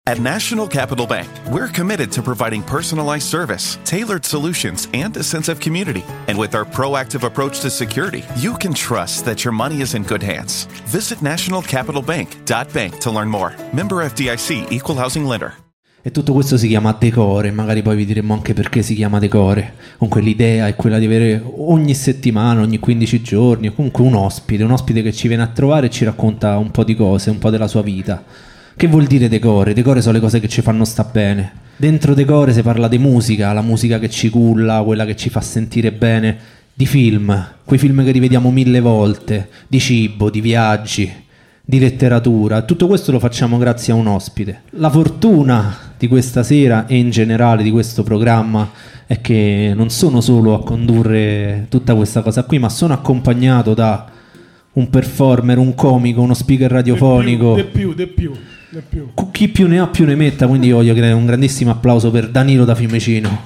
At National Capital Bank, we're committed to providing personalized service, tailored solutions, and a sense of community. And with our proactive approach to security, you can trust that your money is in good hands. Visit nationalcapitalbank.bank to learn more. Member FDIC, Equal Housing Lender. E tutto questo si chiama decore, magari poi vi diremo anche perché si chiama decore. Comunque l'idea è quella di avere ogni settimana, ogni 15 giorni, comunque un ospite che ci viene a trovare e ci racconta un po' di cose, un po' della sua vita. Che vuol dire decore? Decore sono le cose che ci fanno sta bene. Dentro decore si parla di musica, la musica che ci culla, quella che ci fa sentire bene, di film, quei film che rivediamo 1000 volte, di cibo, di viaggi, di letteratura. Tutto questo lo facciamo grazie a un ospite. La fortuna di questa sera e in generale di questo programma è che non sono solo a condurre tutta questa cosa qui, ma sono accompagnato da un performer, un comico, uno speaker radiofonico. De più. Chi più ne ha più ne metta, quindi io voglio chiedere un grandissimo applauso per Danilo da Fiumicino.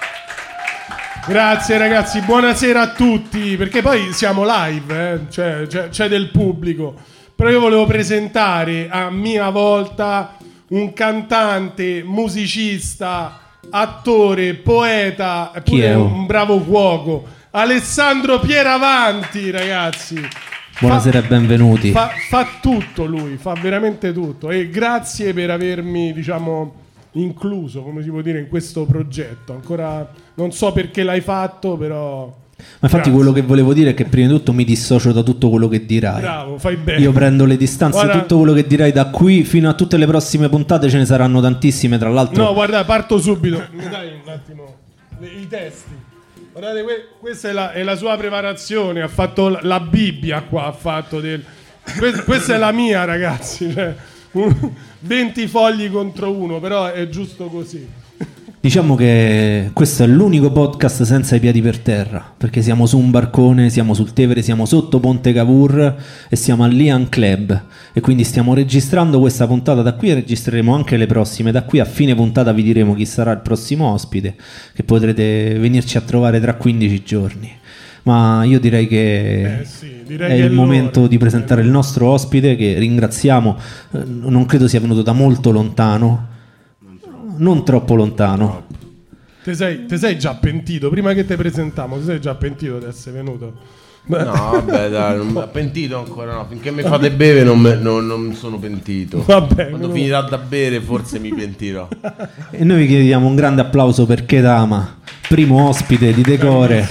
Grazie ragazzi, buonasera a tutti, perché poi siamo live, c'è del pubblico. Però io volevo presentare a mia volta un cantante, musicista, attore, poeta e pure un bravo cuoco, Alessandro Pieravanti, ragazzi. Buonasera e benvenuti. Fa tutto lui, fa veramente tutto, e grazie per avermi, incluso, come si può dire, in questo progetto. Ancora non so perché l'hai fatto, però... Ma infatti quello che volevo dire è che prima di tutto mi dissocio da tutto quello che dirai. Bravo, fai bene. Io prendo le distanze. Guarda, tutto quello che dirai da qui fino a tutte le prossime puntate, ce ne saranno tantissime, tra l'altro. No, guarda, parto subito. Mi dai un attimo i testi. Guardate, questa è la sua preparazione. Ha fatto la Bibbia qua, ha fatto questa è la mia, ragazzi, 20 fogli contro uno, però è giusto così. Diciamo che questo è l'unico podcast senza i piedi per terra, perché siamo su un barcone, siamo sul Tevere, siamo sotto Ponte Cavour e siamo all'Ian Club, e quindi stiamo registrando questa puntata da qui e registreremo anche le prossime. Da qui a fine puntata vi diremo chi sarà il prossimo ospite, che potrete venirci a trovare tra 15 giorni. Ma io direi che è il momento di presentare il nostro ospite, che ringraziamo. Non credo sia venuto da molto lontano, non troppo lontano. Te sei già pentito? Prima che te presentiamo, ti sei già pentito di essere venuto? No, vabbè, dai, non pentito ancora no. Finché mi fate bere non sono pentito. Vabbè, quando finirà da bere forse mi pentirò. E noi vi chiediamo un grande applauso per Kedama, primo ospite di Decore.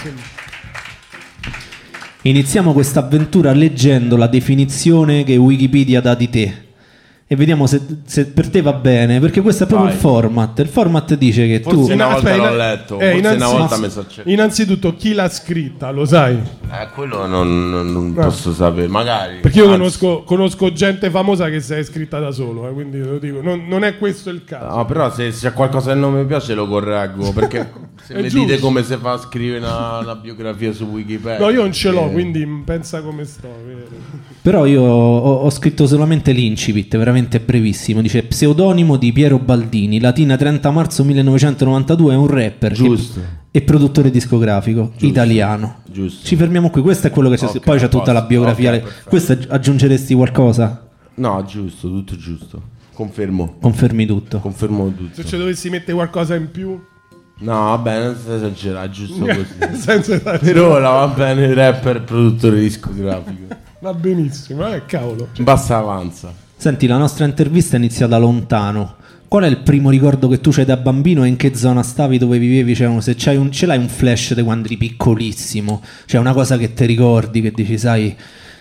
Iniziamo questa avventura leggendo la definizione che Wikipedia dà di te e vediamo se per te va bene, perché questo è proprio il format. Il format dice che forse tu una volta l'ho letto, forse una volta mi so cercato. Innanzitutto chi l'ha scritta, lo sai? Quello non posso sapere, magari. Perché io conosco gente famosa che si è iscritta da solo, quindi lo dico, non è questo il caso. No, però se c'è qualcosa che non mi piace lo correggo, perché se mi dite come si fa a scrivere una biografia su Wikipedia. No, io non ce l'ho, quindi pensa come sto. Però io ho scritto solamente l'incipit, veramente brevissimo. Dice: pseudonimo di Piero Baldini, Latina 30 marzo 1992, è un rapper e produttore discografico italiano. Giusto. Ci fermiamo qui, questo è quello che c'è. Poi c'è tutta la biografia. Questa aggiungeresti qualcosa? No, giusto, tutto giusto. Confermi tutto. Confermo tutto. Se ci dovessi mettere qualcosa in più? No, vabbè, non si esagera, giusto così. Senza esagerare. Per ora va bene, rapper, produttore discografico. Va benissimo, cavolo. Basta, avanza. Senti, la nostra intervista è iniziata lontano. Qual è il primo ricordo che tu c'hai da bambino e in che zona stavi, dove vivevi? Se ce l'hai un flash di quando eri piccolissimo, cioè una cosa che ti ricordi, che dici, sai...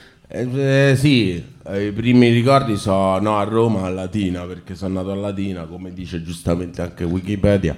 Sì, i primi ricordi sono a Roma, a Latina, perché sono nato a Latina, come dice giustamente anche Wikipedia.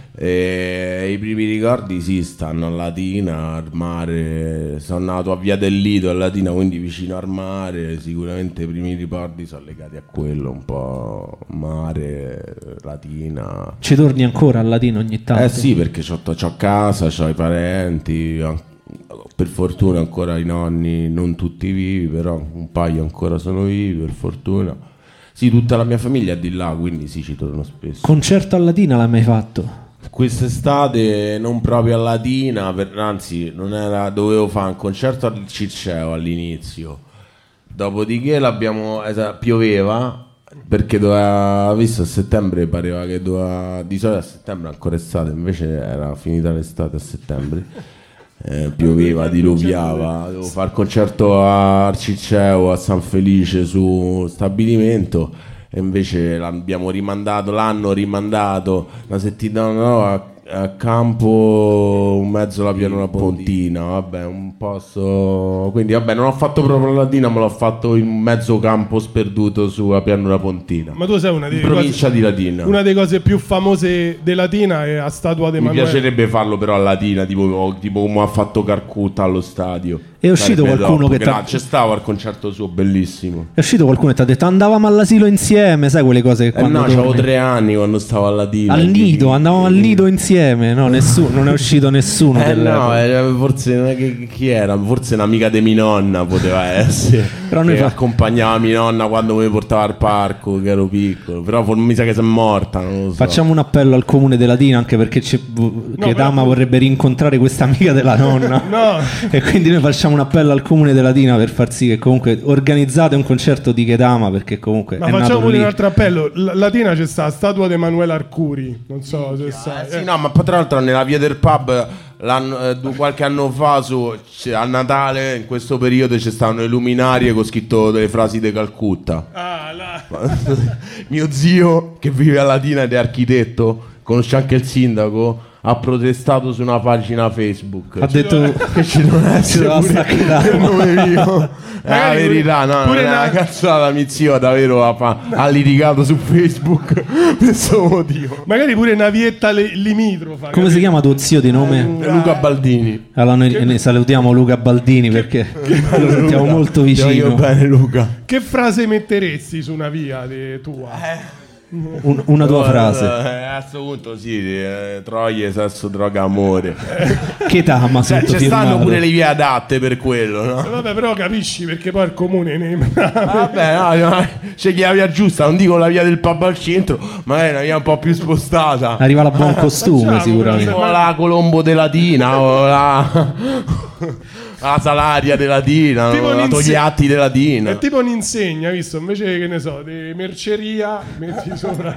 I primi ricordi sì, stanno a Latina, al mare. Sono nato a Via del Lido, a Latina, quindi vicino al mare. Sicuramente i primi ricordi sono legati a quello, un po' mare, Latina. Ci torni ancora a Latina ogni tanto? Sì, perché c'ho casa, c'ho i parenti, per fortuna ancora i nonni, non tutti vivi, però un paio ancora sono vivi, per fortuna. Sì, tutta la mia famiglia è di là, quindi sì, ci torno spesso. Concerto a Latina l'hai mai fatto? Quest'estate non proprio a Latina, anzi dovevo fare un concerto al Circeo all'inizio, dopodiché pioveva, Perché doveva, visto a settembre pareva che doveva, di solito a settembre ancora estate, invece era finita l'estate a settembre, pioveva, diluviava, dovevo fare il concerto a Arciceo, a San Felice su stabilimento, e invece l'hanno rimandato una settimana no, a Campo, in mezzo alla pianura pontina, vabbè, un posto, quindi vabbè, non ho fatto proprio la Latina, ma l'ho fatto in mezzo campo sperduto sulla pianura pontina. Ma tu sei una delle provincia di Latina. Una delle cose più famose della Latina è la statua di Emanuele. Mi piacerebbe farlo però a Latina, tipo come ha fatto Calcutta allo stadio. È uscito qualcuno che c'è stato al concerto suo, bellissimo. È uscito qualcuno che ti ha detto andavamo all'asilo insieme, sai quelle cose che no, avevo 3 anni quando stavo a Latina. Al nido, andavamo al nido insieme. No, nessuno, non è uscito nessuno no, forse non è che chi era, forse un'amica di mia nonna poteva essere. Però noi accompagnava mia nonna quando mi portava al parco, che ero piccolo. Però mi sa che sei morta, non lo so. Facciamo un appello al comune della Latina, anche perché Dama vorrebbe rincontrare questa amica della nonna. No. E quindi noi facciamo un appello al comune della Latina per far sì che comunque organizzate un concerto di Kedama, perché comunque ma facciamo pure un altro appello. Latina c'è sta la statua di Emanuele Arcuri, non so se sai. Sì, no, ma tra l'altro nella via del pub qualche anno fa a Natale in questo periodo ci stavano le luminarie con scritto delle frasi di Calcutta. Mio zio che vive a Latina ed è architetto, conosce anche il sindaco, ha protestato su una pagina Facebook, ha detto che ci doveva essere pure il nome mio. È la verità, no, non è una cazzata. Mio zio davvero ha litigato su Facebook per questo motivo. Magari pure una vietta limitrofa. Come si chiama tuo zio di nome? Luca Baldini. Allora noi ne salutiamo Luca Baldini perché lo sentiamo molto vicino. Io bene, Luca. Che frase metteresti su una via tua? Una tua frase. A questo punto sì, troie, sesso, droga, amore. Kedama ci stanno pure le vie adatte per quello, no? Vabbè, però capisci perché poi il comune vabbè, no, c'è chi la via giusta, non dico la via del pub al centro, magari una via un po' più spostata. Arriva la buon costume sicuramente. O la Colombo de Latina o la Salaria della Latina, la Togliatti della Latina. È tipo un'insegna, visto? Invece che ne so, di merceria metti sopra.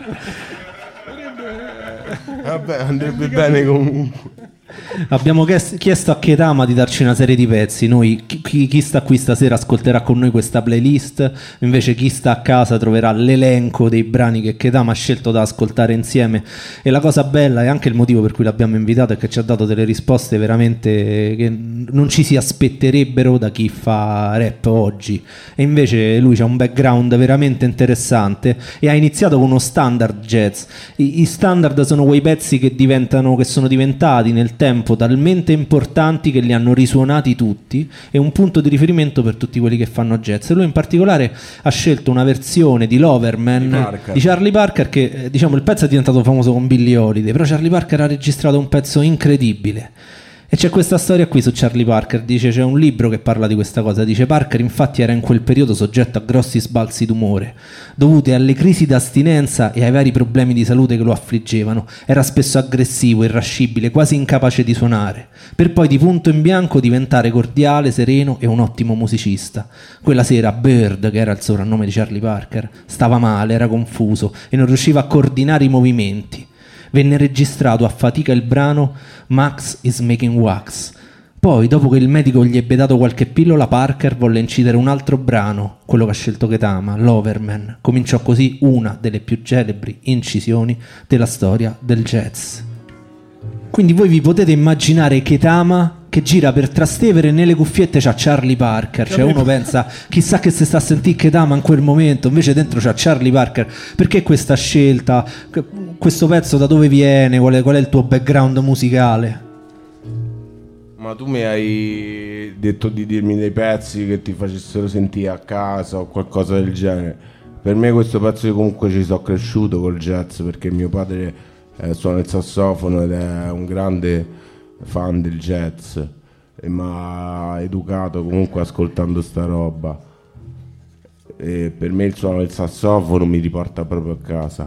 Vabbè, andrebbe bene comunque. Abbiamo chiesto a Kedama di darci una serie di pezzi. Noi, chi sta qui stasera ascolterà con noi questa playlist, invece chi sta a casa troverà l'elenco dei brani che Kedama ha scelto da ascoltare insieme. E la cosa bella e anche il motivo per cui l'abbiamo invitato è che ci ha dato delle risposte veramente che non ci si aspetterebbero da chi fa rap oggi, e invece lui ha un background veramente interessante e ha iniziato con uno standard jazz. I standard sono quei pezzi che sono diventati nel tempo talmente importanti che li hanno risuonati tutti, e un punto di riferimento per tutti quelli che fanno jazz. Lui in particolare ha scelto una versione di Loverman di Charlie Parker che diciamo il pezzo è diventato famoso con Billie Holiday, però Charlie Parker ha registrato un pezzo incredibile. E c'è questa storia qui su Charlie Parker, dice, c'è un libro che parla di questa cosa, dice: Parker infatti era in quel periodo soggetto a grossi sbalzi d'umore dovuti alle crisi d'astinenza e ai vari problemi di salute che lo affliggevano. Era spesso aggressivo, irascibile, quasi incapace di suonare, per poi di punto in bianco diventare cordiale, sereno e un ottimo musicista. Quella sera Bird, che era il soprannome di Charlie Parker, stava male, era confuso e non riusciva a coordinare i movimenti. Venne registrato a fatica il brano Max is Making Wax. Poi, dopo che il medico gli ebbe dato qualche pillola, Parker volle incidere un altro brano, quello che ha scelto Kedama, Loverman. Cominciò così una delle più celebri incisioni della storia del jazz. Quindi voi vi potete immaginare Kedama che gira per Trastevere e nelle cuffiette c'ha Charlie Parker, cioè uno pensa chissà che se sta a sentire Kedama in quel momento, invece dentro c'ha Charlie Parker. Perché questa scelta? Questo pezzo da dove viene? Qual è il tuo background musicale? Ma tu mi hai detto di dirmi dei pezzi che ti facessero sentire a casa o qualcosa del genere. Per me questo pezzo io comunque ci sono cresciuto col jazz, perché mio padre suona il sassofono ed è un grande fan del jazz e mi ha educato comunque ascoltando sta roba, e per me il suono del sassofono mi riporta proprio a casa.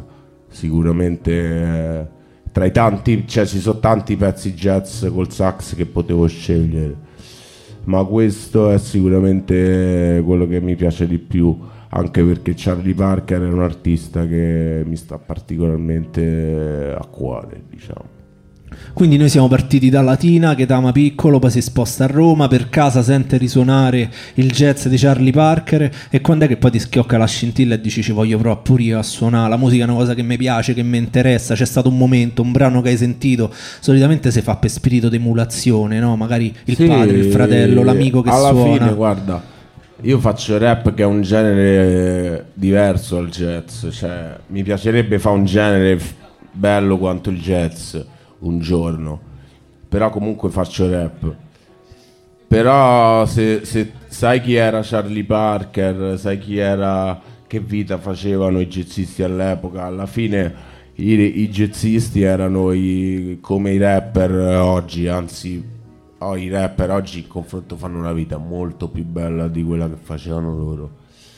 Sicuramente tra i tanti, cioè ci sono tanti pezzi jazz col sax che potevo scegliere, ma questo è sicuramente quello che mi piace di più, anche perché Charlie Parker è un artista che mi sta particolarmente a cuore, diciamo. Quindi noi siamo partiti da Latina, che da piccolo, poi si sposta a Roma, per casa sente risuonare il jazz di Charlie Parker, e quando è che poi ti schiocca la scintilla e dici ci voglio provare pure io a suonare, la musica è una cosa che mi piace, che mi interessa, c'è stato un momento, un brano che hai sentito, solitamente si fa per spirito d'emulazione, no? Magari il padre, il fratello, l'amico che alla suona. fine, guarda, io faccio rap che è un genere diverso dal jazz, cioè mi piacerebbe fare un genere bello quanto il jazz un giorno, però comunque faccio rap. Però se sai chi era Charlie Parker, sai chi era, che vita facevano i jazzisti all'epoca, alla fine i jazzisti erano come i rapper oggi, anzi i rapper oggi in confronto fanno una vita molto più bella di quella che facevano loro,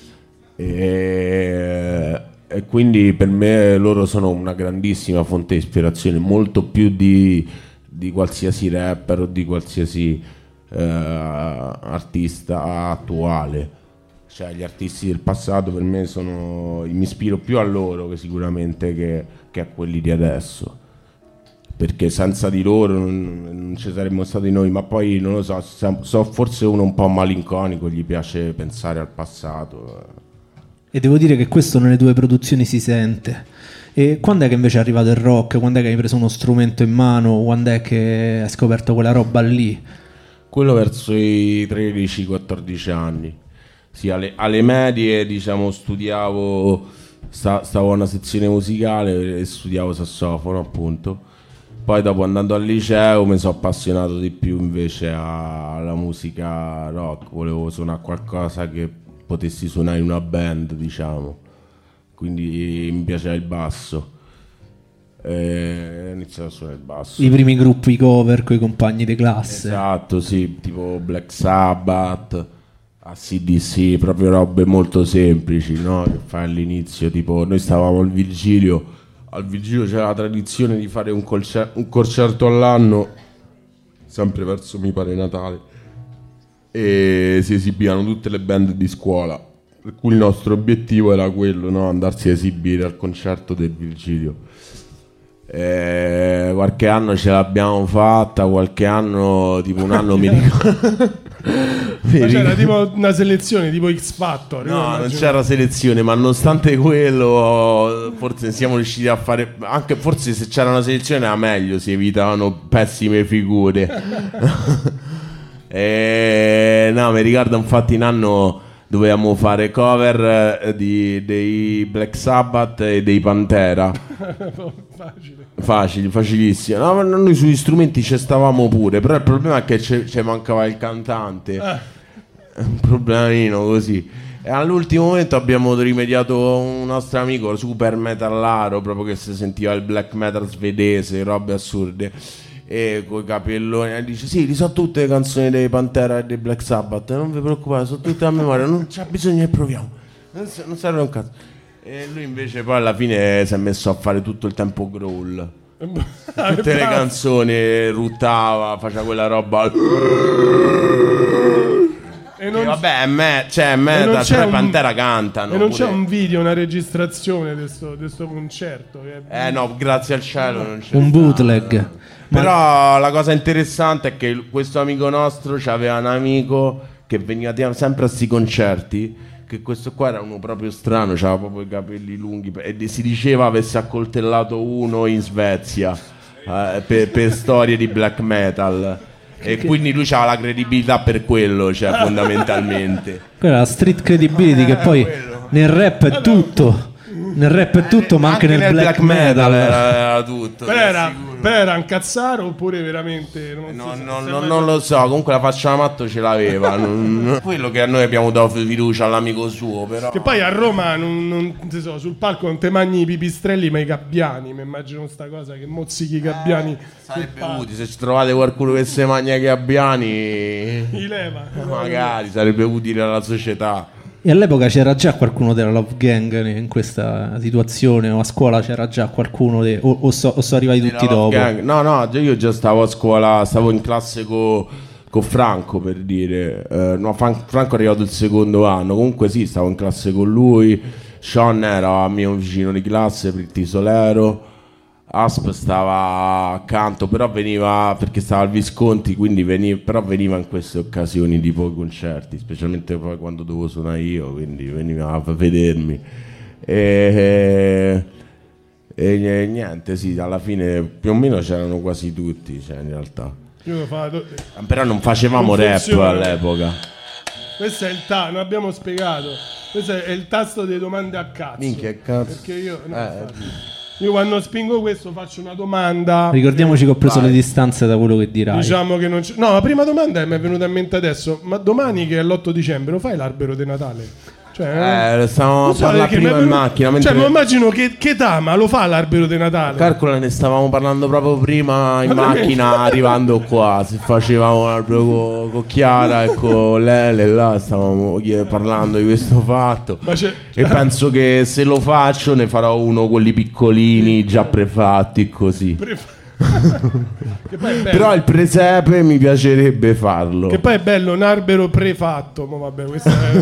e quindi per me loro sono una grandissima fonte di ispirazione, molto più di qualsiasi rapper o di qualsiasi artista attuale. Cioè gli artisti del passato per me mi ispiro più a loro che sicuramente che a quelli di adesso, perché senza di loro non ci saremmo stati noi. Ma poi non lo so, forse uno un po' malinconico, gli piace pensare al passato. E devo dire che questo nelle tue produzioni si sente. E quando è che invece è arrivato il rock? Quando è che hai preso uno strumento in mano? Quando è che hai scoperto quella roba lì? Quello verso i 13-14 anni. Sì, alle medie, diciamo, studiavo, stavo a una sezione musicale e studiavo sassofono, appunto. Poi dopo, andando al liceo, mi sono appassionato di più invece alla musica rock. Volevo suonare qualcosa che potessi suonare in una band, diciamo, quindi mi piaceva il basso, ho iniziato a suonare il basso. I primi gruppi cover con i compagni di classe. Esatto, sì, tipo Black Sabbath, AC/DC, proprio robe molto semplici, no? Che fai all'inizio, tipo noi stavamo al Virgilio c'era la tradizione di fare un concerto all'anno, sempre verso mi pare Natale, e si esibivano tutte le band di scuola, per cui il nostro obiettivo era quello, no? Andarsi a esibire al concerto del Virgilio. Qualche anno ce l'abbiamo fatta, qualche anno, tipo un anno mi ricordo. Ma c'era tipo una selezione tipo X Factor? No, non c'era selezione, ma nonostante quello forse siamo riusciti a fare, anche forse se c'era una selezione era meglio, si evitavano pessime figure. No, mi ricordo infatti un anno dovevamo fare cover dei Black Sabbath e dei Pantera. Facilissimo. No, ma noi sugli strumenti ci stavamo pure, però il problema è che ci mancava il cantante. Un problemino così. E all'ultimo momento abbiamo rimediato un nostro amico super metallaro, proprio che si sentiva il black metal svedese, robe assurde, e coi capelloni, e dice sì, li so tutte le canzoni dei Pantera e dei Black Sabbath, non vi preoccupate, sono tutte a memoria, non c'è bisogno che proviamo, non serve un cazzo. E lui invece poi alla fine si è messo a fare tutto il tempo growl, tutte le canzoni ruttava, faceva quella roba. E non vabbè, metal, cioè Pantera cantano. E non pure. c'è un video, una registrazione di questo concerto? No, grazie al cielo non c'è. Un bootleg. Però la cosa interessante è che questo amico nostro aveva un amico che veniva sempre a sti concerti, che questo qua era uno proprio strano, aveva proprio i capelli lunghi e si diceva avesse accoltellato uno in Svezia per storie di black metal. E quindi lui c'ha la credibilità per quello, cioè fondamentalmente. Quella è la street credibility che poi nel rap è tutto. Nel rap è tutto, ma anche nel black metal era tutto. Però era un cazzaro oppure veramente non lo so, comunque la faccia da matto ce l'aveva. Quello che a noi abbiamo dato fiducia all'amico suo, però. Che poi a Roma non so, sul palco non te mangi i pipistrelli ma i gabbiani. Mi immagino sta cosa che mozzichi i gabbiani. Sarebbe utile se ci trovate qualcuno che se mangia i gabbiani, li leva. Magari sarebbe utile alla società. E all'epoca c'era già qualcuno della Love Gang in questa situazione, o a scuola c'era già qualcuno o sono arrivati tutti dopo? No, io già stavo a scuola, stavo in classe con con Franco, per dire. No, Franco è arrivato il secondo anno. Comunque sì, stavo in classe con lui. Sean era mio vicino di classe, Pritti Solero. Asp stava accanto, però veniva perché stava al Visconti, quindi veniva in queste occasioni tipo i concerti, specialmente poi quando dovevo suonare io, quindi veniva a vedermi. E niente, sì, alla fine più o meno c'erano quasi tutti, cioè in realtà. Però non facevamo rap all'epoca. Questo è il non abbiamo spiegato. Questo è il tasto delle domande a cazzo. Minchia, cazzo. Perché io quando spingo questo faccio una domanda. Ricordiamoci che ho preso le distanze da quello che dirai. Diciamo che non c'è. No, la prima domanda mi è venuta in mente adesso. Ma domani che è l'8 dicembre lo fai l'albero di Natale? Stavamo parlando prima in macchina. Cioè, mi immagino che Tama lo fa l'albero di Natale. Calcola, ne stavamo parlando proprio prima in macchina, arrivando qua. Se facevamo l'albero con Chiara e con Lele, là stavamo parlando di questo fatto. E penso che se lo faccio ne farò uno quelli piccolini, già prefatti, così. Che poi è bello. Però il presepe mi piacerebbe farlo. Che poi è bello, un albero prefatto. Ma vabbè, questo è.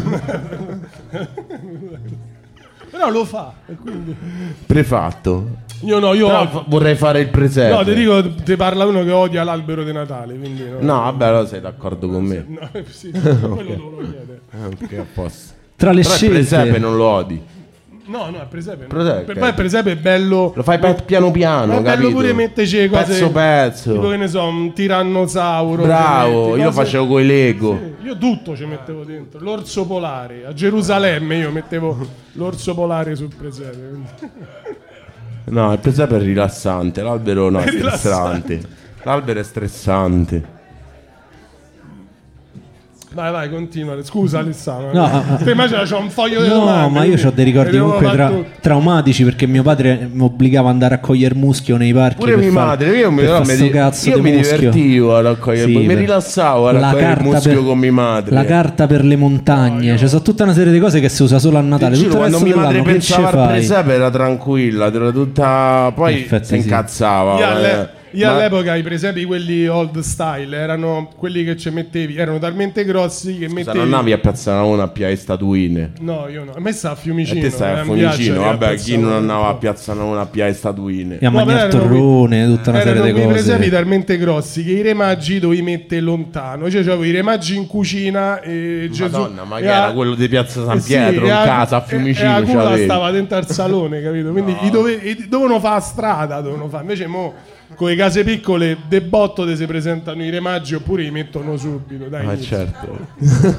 Però lo fa. E quindi. Prefatto. Io vorrei fare il presepe. No, ti dico, ti parla uno che odia l'albero di Natale. Quindi no, vabbè, allora sei d'accordo con me. No, sì, quello lo chiede. Ok, a posto. Tra le Però scelte. il presepe non lo odi. No, il presepe. Poi il presepe è bello. Lo fai piano piano, è bello capito? pure metterci le cose. Pezzo. Tipo che ne so, un tirannosauro. Bravo, io lo facevo con i Lego. Sì, io tutto ci mettevo dentro. L'orso polare. A Gerusalemme io mettevo l'orso polare sul presepe. No, il presepe è rilassante. L'albero no, è stressante. L'albero è stressante. Vai, continua. Scusa, Alessandro. No, te immagina c'ho un foglio di no, domande, ma io ho dei ricordi comunque traumatici, perché mio padre mi obbligava ad andare a cogliere muschio nei parchi. Pure mia madre, io mi divertivo a raccogliere, mi rilassavo a raccogliere il muschio con mia madre. La carta per le montagne, c'è sono tutta una serie di cose che si usa solo a Natale. Giuro, quando mia madre pensava al presepe era tranquilla, era tutta. Poi si incazzava. Io all'epoca i presepi, quelli old style, erano quelli che ci mettevi, erano talmente grossi che mettevi. Non andavi a Piazza Navona a pigliare statuine? No, io no. A me sta a Fiumicino. E te stai a Fiumicino, vabbè, chi non andava a Piazza Navona a pigliare statuine? E a mangiare il torrone, tutta una serie di cose. I presepi talmente grossi che i re magi dovevi mettere lontano. Cioè, c'avevo i re magi in cucina e Gesù. Madonna, ma che era quello di Piazza San Pietro, in casa a Fiumicino. E la culla stava dentro al salone, capito? Quindi dovevano fare strada, invece mo. Con le case piccole de botto si presentano i re magi oppure li mettono subito. Dai, certo.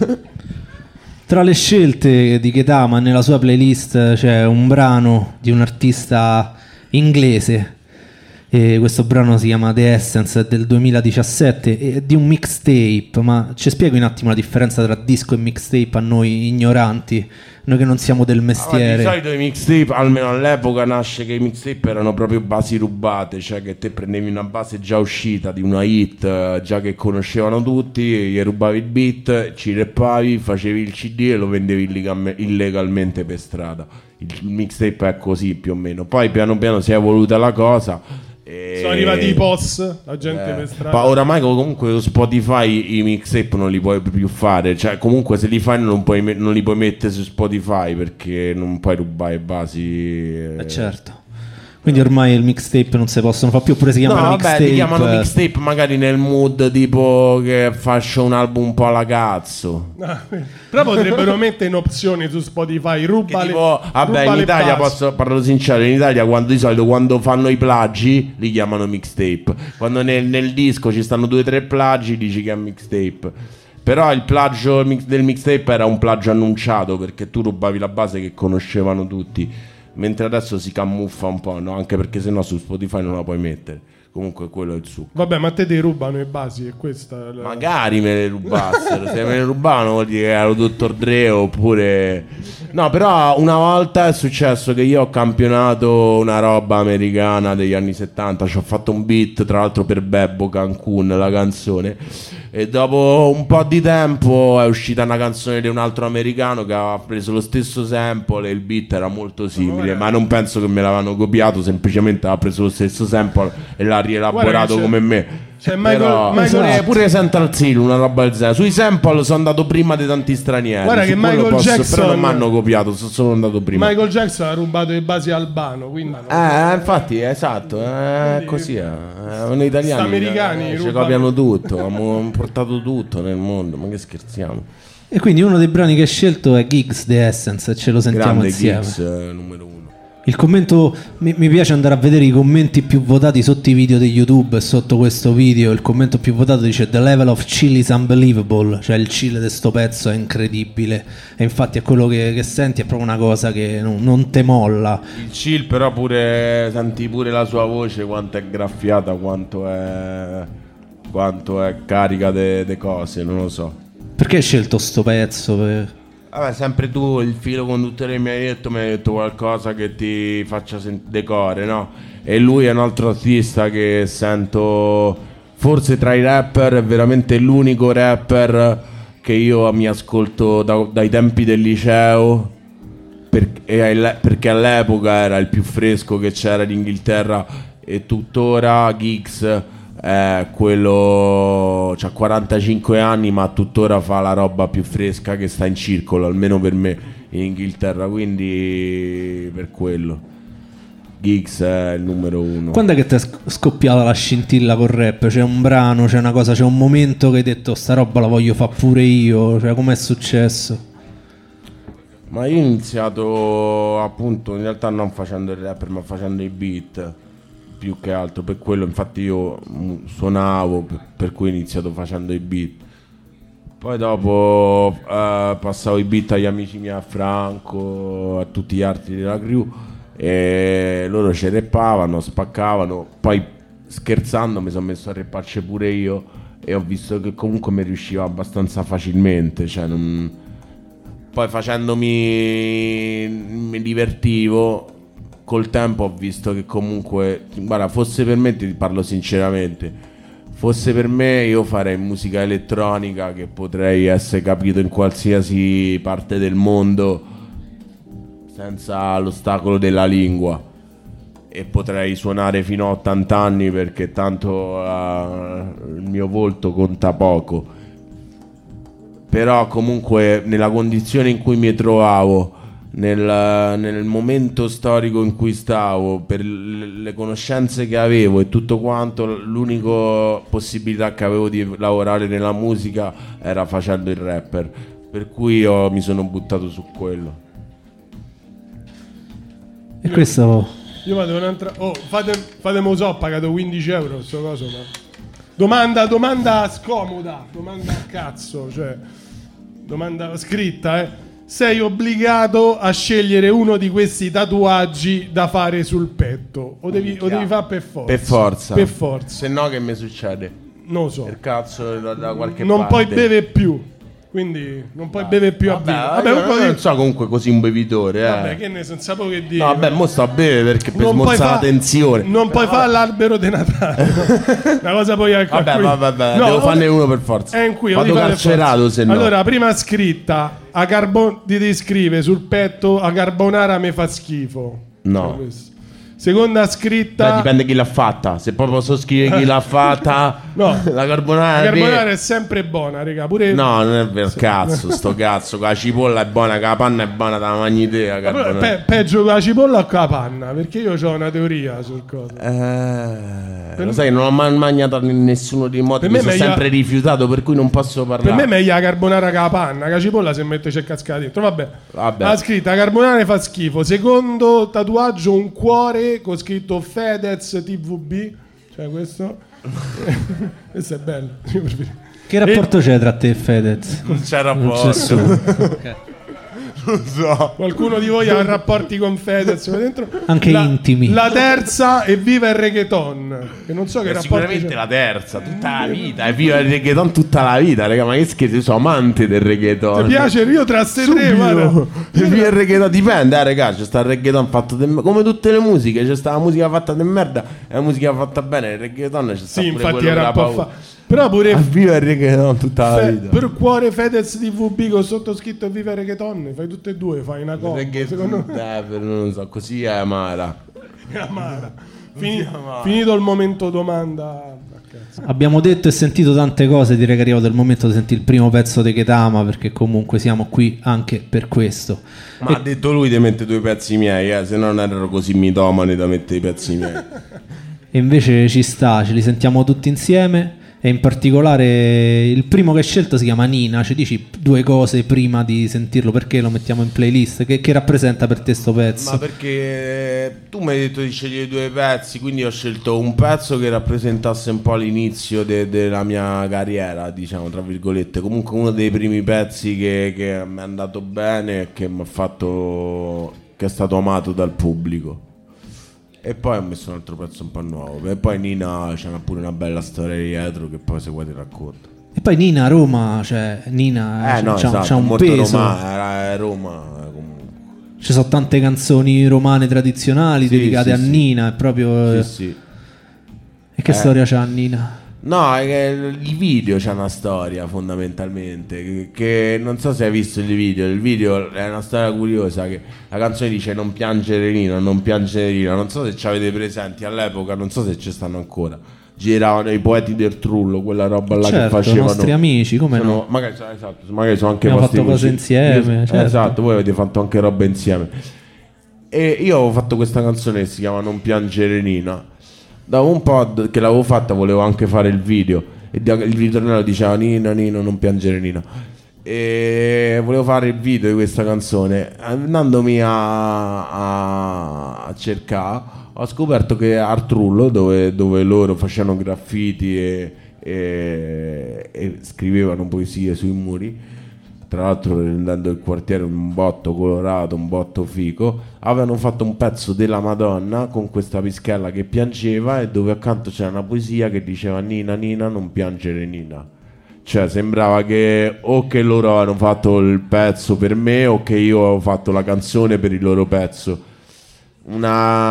Tra le scelte di Ketama nella sua playlist c'è un brano di un artista inglese. E questo brano si chiama The Essence, è del 2017, è di un mixtape. Ma ci spieghi un attimo la differenza tra disco e mixtape a noi ignoranti, noi che non siamo del mestiere? Di solito i mixtape, almeno all'epoca, nasce che i mixtape erano proprio basi rubate, cioè che te prendevi una base già uscita di una hit, già che conoscevano tutti, gli rubavi il beat, ci rappavi, facevi il CD e lo vendevi illegalmente per strada. Il mixtape è così più o meno. Poi piano piano si è evoluta la cosa. Sono arrivati i POS, la gente per strada. Oramai comunque su Spotify i mixtape non li puoi più fare. Cioè comunque se li fai non li puoi mettere su Spotify, perché non puoi rubare basi. Certo. Quindi ormai il mixtape non si possono fare più, oppure si chiamano mixtape. Ti chiamano mixtape magari nel mood tipo che faccio un album un po' alla cazzo. Però potrebbero mettere in opzione su Spotify in Italia parlo sincero, in Italia di solito quando fanno i plagi li chiamano mixtape. Quando nel disco ci stanno 2 o 3 plagi dici che è mixtape. Però il plagio del mixtape era un plagio annunciato, perché tu rubavi la base che conoscevano tutti. Mentre adesso si camuffa un po', no? Anche perché sennò su Spotify non la puoi mettere. Comunque quello è il succo. Vabbè, ma te ti rubano le basi e questa Magari me le rubassero. Se me le rubavano vuol dire che ero Dr. Dre oppure. No, però una volta è successo che io ho campionato una roba americana degli anni 70. Ci ho fatto un beat, tra l'altro, per Bebbo Cancun, la canzone. E dopo un po' di tempo è uscita una canzone di un altro americano che aveva preso lo stesso sample e il beat era molto simile, ma non penso che me l'avevano copiato, semplicemente aveva preso lo stesso sample e l'ha rielaborato come me. Cioè Però, pure Central Cell, una roba del genere. Sui sample sono andato prima di tanti stranieri. Guarda che Michael Jackson, però non mi hanno copiato, sono andato prima. Michael Jackson ha rubato i basi Albano, quindi infatti, esatto, è così. Noi italiani americani ci copiano tutto, abbiamo portato tutto nel mondo, ma che scherziamo. E quindi uno dei brani che hai scelto è Gigs The Essence, e ce lo sentiamo Grande insieme. Gigs, numero 1. Il commento, mi piace andare a vedere i commenti più votati sotto i video di YouTube, e sotto questo video il commento più votato dice "The level of chill is unbelievable", cioè il chill di sto pezzo è incredibile, e infatti è quello che senti, è proprio una cosa che non te molla. Il chill però pure, senti pure la sua voce, quanto è graffiata, quanto è carica di cose, non lo so. Perché hai scelto sto pezzo? Vabbè, sempre tu, il filo conduttore mi hai detto qualcosa che ti faccia decore, no? E lui è un altro artista che sento, forse tra i rapper, è veramente l'unico rapper che io mi ascolto dai tempi del liceo, perché all'epoca era il più fresco che c'era in Inghilterra, e tuttora Giggs quello c'ha 45 anni ma tuttora fa la roba più fresca che sta in circolo, almeno per me, in Inghilterra, quindi per quello Giggs è il numero 1. Quando è che ti è scoppiata la scintilla col rap? C'è un brano, c'è una cosa, c'è un momento che hai detto sta roba la voglio fare pure io, cioè com'è successo? Ma io ho iniziato appunto in realtà non facendo il rapper ma facendo i beat, più che altro per quello, infatti io suonavo, per cui ho iniziato facendo i beat, poi dopo passavo i beat agli amici miei, a Franco, a tutti gli altri della crew, e loro ci rappavano, spaccavano, poi scherzando mi sono messo a rapparci pure io e ho visto che comunque mi riusciva abbastanza facilmente, cioè poi facendomi mi divertivo. Col tempo ho visto che comunque, guarda, fosse per me, ti parlo sinceramente, fosse per me io farei musica elettronica, che potrei essere capito in qualsiasi parte del mondo senza l'ostacolo della lingua, e potrei suonare fino a 80 anni perché tanto il mio volto conta poco. Però comunque nella condizione in cui mi trovavo, nel momento storico in cui stavo, per le conoscenze che avevo e tutto quanto, l'unica possibilità che avevo di lavorare nella musica era facendo il rapper, per cui mi sono buttato su quello. E questo io vado un'altra. Oh, fatemi so, ho pagato 15 euro sto coso, ma domanda scomoda, domanda a cazzo, cioè domanda scritta, Sei obbligato a scegliere uno di questi tatuaggi da fare sul petto, o devi fare per forza? Per forza. Se no che mi succede? Non lo so. Per cazzo da qualche non parte. Puoi bere più. Quindi non puoi bere più a vino. Vabbè, non so comunque così un bevitore. Vabbè, che ne so, sapevo che dire. No, vabbè, mo sto a bere perché per smorzare la tensione. Non puoi fare l'albero di Natale. Una cosa poi vabbè, no, devo farne uno per forza. È in cui vado carcerato, se no. Allora, prima scritta ti descrive sul petto: a carbonara mi fa schifo. No. Seconda scritta. Beh, dipende chi l'ha fatta. Se poi posso scrivere chi l'ha fatta, no, la carbonara è sempre buona, raga. Pure... No, non è vero, cazzo, sto cazzo. La cipolla è buona, la panna è buona, da mangi te. Peggio con la cipolla o con la panna? Perché io ho una teoria sul coso. Lo sai, non ho mai mangiato nessuno di modi. Mi sono sempre rifiutato, per cui non posso parlare. Per me è meglio la carbonara con la panna. Che la cipolla se mette c'è cascata dentro. Vabbè. La scritta: carbonara fa schifo. Secondo tatuaggio, un cuore con scritto Fedez TVB, cioè questo. Questo è bello. Che rapporto c'è tra te e Fedez? Non c'è rapporto. Okay. Non so. Qualcuno di voi ha rapporti con Fedez dentro? Anche intimi. La terza è viva il reggaeton. Che non so che rapporti sicuramente c'è. La terza, tutta la vita. È viva il reggaeton tutta la vita, raga. Ma che scherzi, io sono amante del reggaeton. Ti piace? Io tra ste tre, guarda. Viva il reggaeton, dipende, raga. C'è sta il reggaeton fatto come tutte le musiche. C'è sta la musica fatta di merda e la musica fatta bene. Il reggaeton c'è sta pure infatti quello era un po' però pure viva il reggaeton tutta la vita. Per cuore Fedez TVB con sottoscritto viva il reggaeton, fai tutte e due, fai una cosa. Secondo me non so, così è amara. È amara. Finito il momento domanda a Abbiamo detto e sentito tante cose, direi che è arrivato il momento di sentire il primo pezzo di Ketama, perché comunque siamo qui anche per questo. Ma ha detto lui di mettere 2 pezzi miei, se no non erano così mitomani da mettere i pezzi miei. E invece ci sta, ce li sentiamo tutti insieme. E in particolare il primo che hai scelto si chiama Nina. Ci dici 2 cose prima di sentirlo, perché lo mettiamo in playlist? Che rappresenta per te sto pezzo? Ma perché tu mi hai detto di scegliere 2 pezzi, quindi ho scelto un pezzo che rappresentasse un po' l'inizio della mia carriera, diciamo tra virgolette, comunque uno dei primi pezzi che mi è andato bene e che mi ha fatto, che è stato amato dal pubblico. E poi ho messo un altro pezzo un po' nuovo. E poi Nina c'è pure una bella storia dietro che poi se vuoi ti racconto. E poi Nina a Roma, cioè Nina no, c'ha, esatto, c'ha un molto peso. era Roma comunque. Ci sono tante canzoni romane tradizionali dedicate a Nina, è proprio... Sì. E che storia c'ha Nina? No, è che il video c'ha una storia fondamentalmente che non so se hai visto il video è una storia curiosa, che la canzone dice non piangere Nina, non piangere Nina, non so se ci avete presenti all'epoca, non so se ci stanno ancora, giravano i poeti del Trullo, quella roba là, certo, che facevano i nostri amici, come no? Magari sono anche abbiamo vostri fatto cose insieme, certo. Esatto, voi avete fatto anche roba insieme e io avevo fatto questa canzone che si chiama Non piangere Nina. Da un po' che l'avevo fatta volevo anche fare il video e il ritornello diceva Nina, Nina, non piangere Nina, e volevo fare il video di questa canzone. Andandomi a cercare ho scoperto che Artrullo, dove loro facevano graffiti e scrivevano poesie sui muri, tra l'altro rendendo il quartiere un botto colorato, un botto fico, avevano fatto un pezzo della Madonna con questa pischella che piangeva e dove accanto c'era una poesia che diceva Nina, Nina, non piangere Nina. Cioè sembrava che o che loro hanno fatto il pezzo per me o che io avevo fatto la canzone per il loro pezzo. Un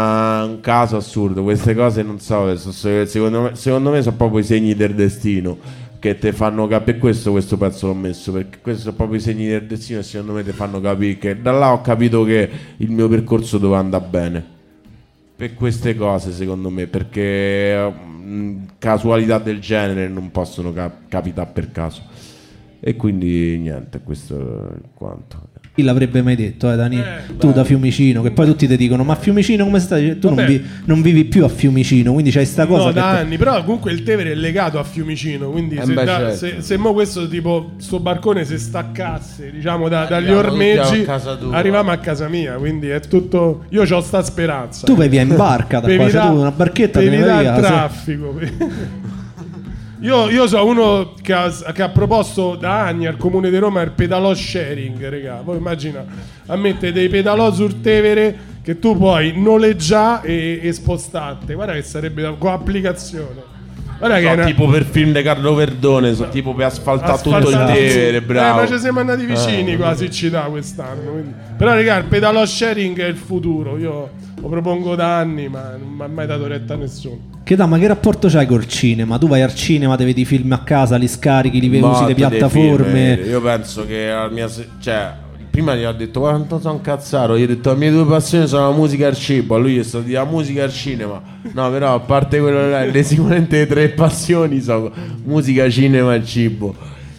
caso assurdo, queste cose non so, secondo me sono proprio i segni del destino che te fanno capire. Questo pezzo l'ho messo perché questi sono proprio i segni del destino e secondo me ti fanno capire che da là ho capito che il mio percorso doveva andare bene per queste cose, secondo me, perché casualità del genere non possono capitare per caso e quindi niente, questo è quanto. Chi l'avrebbe mai detto, Dani? Tu da Fiumicino, che poi tutti ti dicono ma Fiumicino come stai? Tu non vivi più a Fiumicino, quindi c'hai sta cosa. No, da anni, però comunque il Tevere è legato a Fiumicino, quindi se mo questo tipo sto barcone si staccasse, diciamo dagli ormeggi, arriviamo a casa mia, quindi è tutto. Io c'ho sta speranza. Tu vai via in barca da qua, cioè tu una barchetta per evitare il traffico. Io so uno che ha proposto da anni al Comune di Roma il pedalò sharing, regà. Voi immagina a mettere dei pedalò sul Tevere che tu puoi noleggiare e spostarti. Guarda che sarebbe con applicazione. Guarda che tipo per film di Carlo Verdone, tipo per asfaltare tutto il Tevere, bravo. Ma ci siamo andati vicini quasi ci dà quest'anno. Quindi. Però regà, il pedalò sharing è il futuro. Io lo propongo da anni, ma non mi ha mai dato retta a nessuno. Ma che rapporto c'hai col cinema? Tu vai al cinema, ti vedi i film a casa, li scarichi, li usi le piattaforme. Io penso che la mia, prima gli ho detto quanto sono incazzato, gli ho detto le mie 2 passioni sono la musica e il cibo, a lui gli è stato la musica e il cinema. No, però a parte quello là, sicuramente 3 passioni sono musica, cinema e cibo.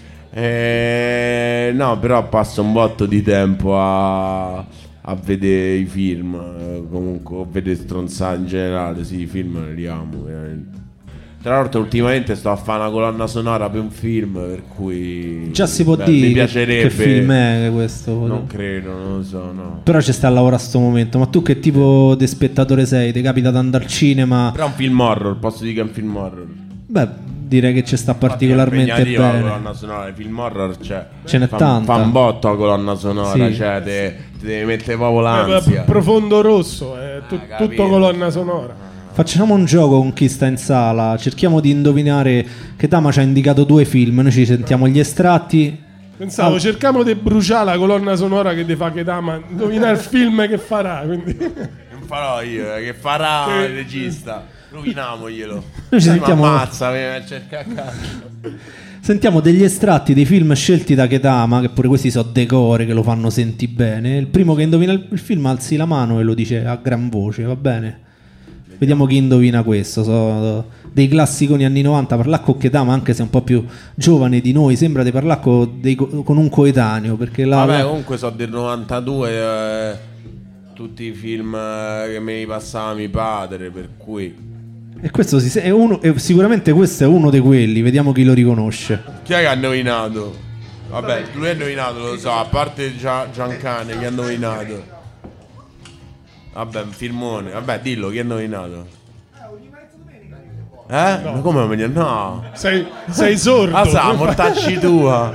No, però passo un botto di tempo a vedere i film, comunque a vedere stronzate in generale. Sì, i film li amo veramente. Tra l'altro ultimamente sto a fare una colonna sonora per un film, per cui già si può dire mi piacerebbe. Che film è questo? Non credo, non lo so, no. Però ci sta a lavorare a sto momento. Ma tu che tipo di spettatore sei? Ti capita di andare al cinema? Però è un film horror, posso dire che è un film horror. Beh, direi che ci sta particolarmente bene. La colonna sonora, il film horror ce n'è tanta. Fa un botto la colonna sonora, sì. Cioè ti deve mettere proprio l'ansia. Profondo Rosso, è tutto colonna sonora. Facciamo un gioco con chi sta in sala. Cerchiamo di indovinare. Ketama ci ha indicato 2 film. Noi ci sentiamo gli estratti. Pensavo, cerchiamo di bruciare la colonna sonora che ti fa Ketama. Indovinare il film che farà. Quindi. Non farò io, che farà il regista. Rovinamoglielo. Noi ci sentiamo. Ammazza, cerca a caso. Sentiamo degli estratti dei film scelti da Ketama, che pure questi sono decore che lo fanno sentire bene. Il primo che indovina il film alzi la mano e lo dice a gran voce, va bene? Vediamo chi indovina questo. So dei classiconi anni 90. Parlare con Ketama, anche se è un po' più giovane di noi, sembra di parlare con un coetaneo. Perché vabbè, comunque so del 92, tutti i film che mi passava mio padre, per cui. E questo sicuramente questo è uno di quelli. Vediamo chi lo riconosce. Chi è che ha indovinato? Vabbè, lui ha indovinato, lo so, a parte Giancane, chi ha indovinato? Vabbè, un filmone. Vabbè, dillo, chi ha indovinato? No. Ma come me? No. Sei sordo. Ah, sa, mortacci tua.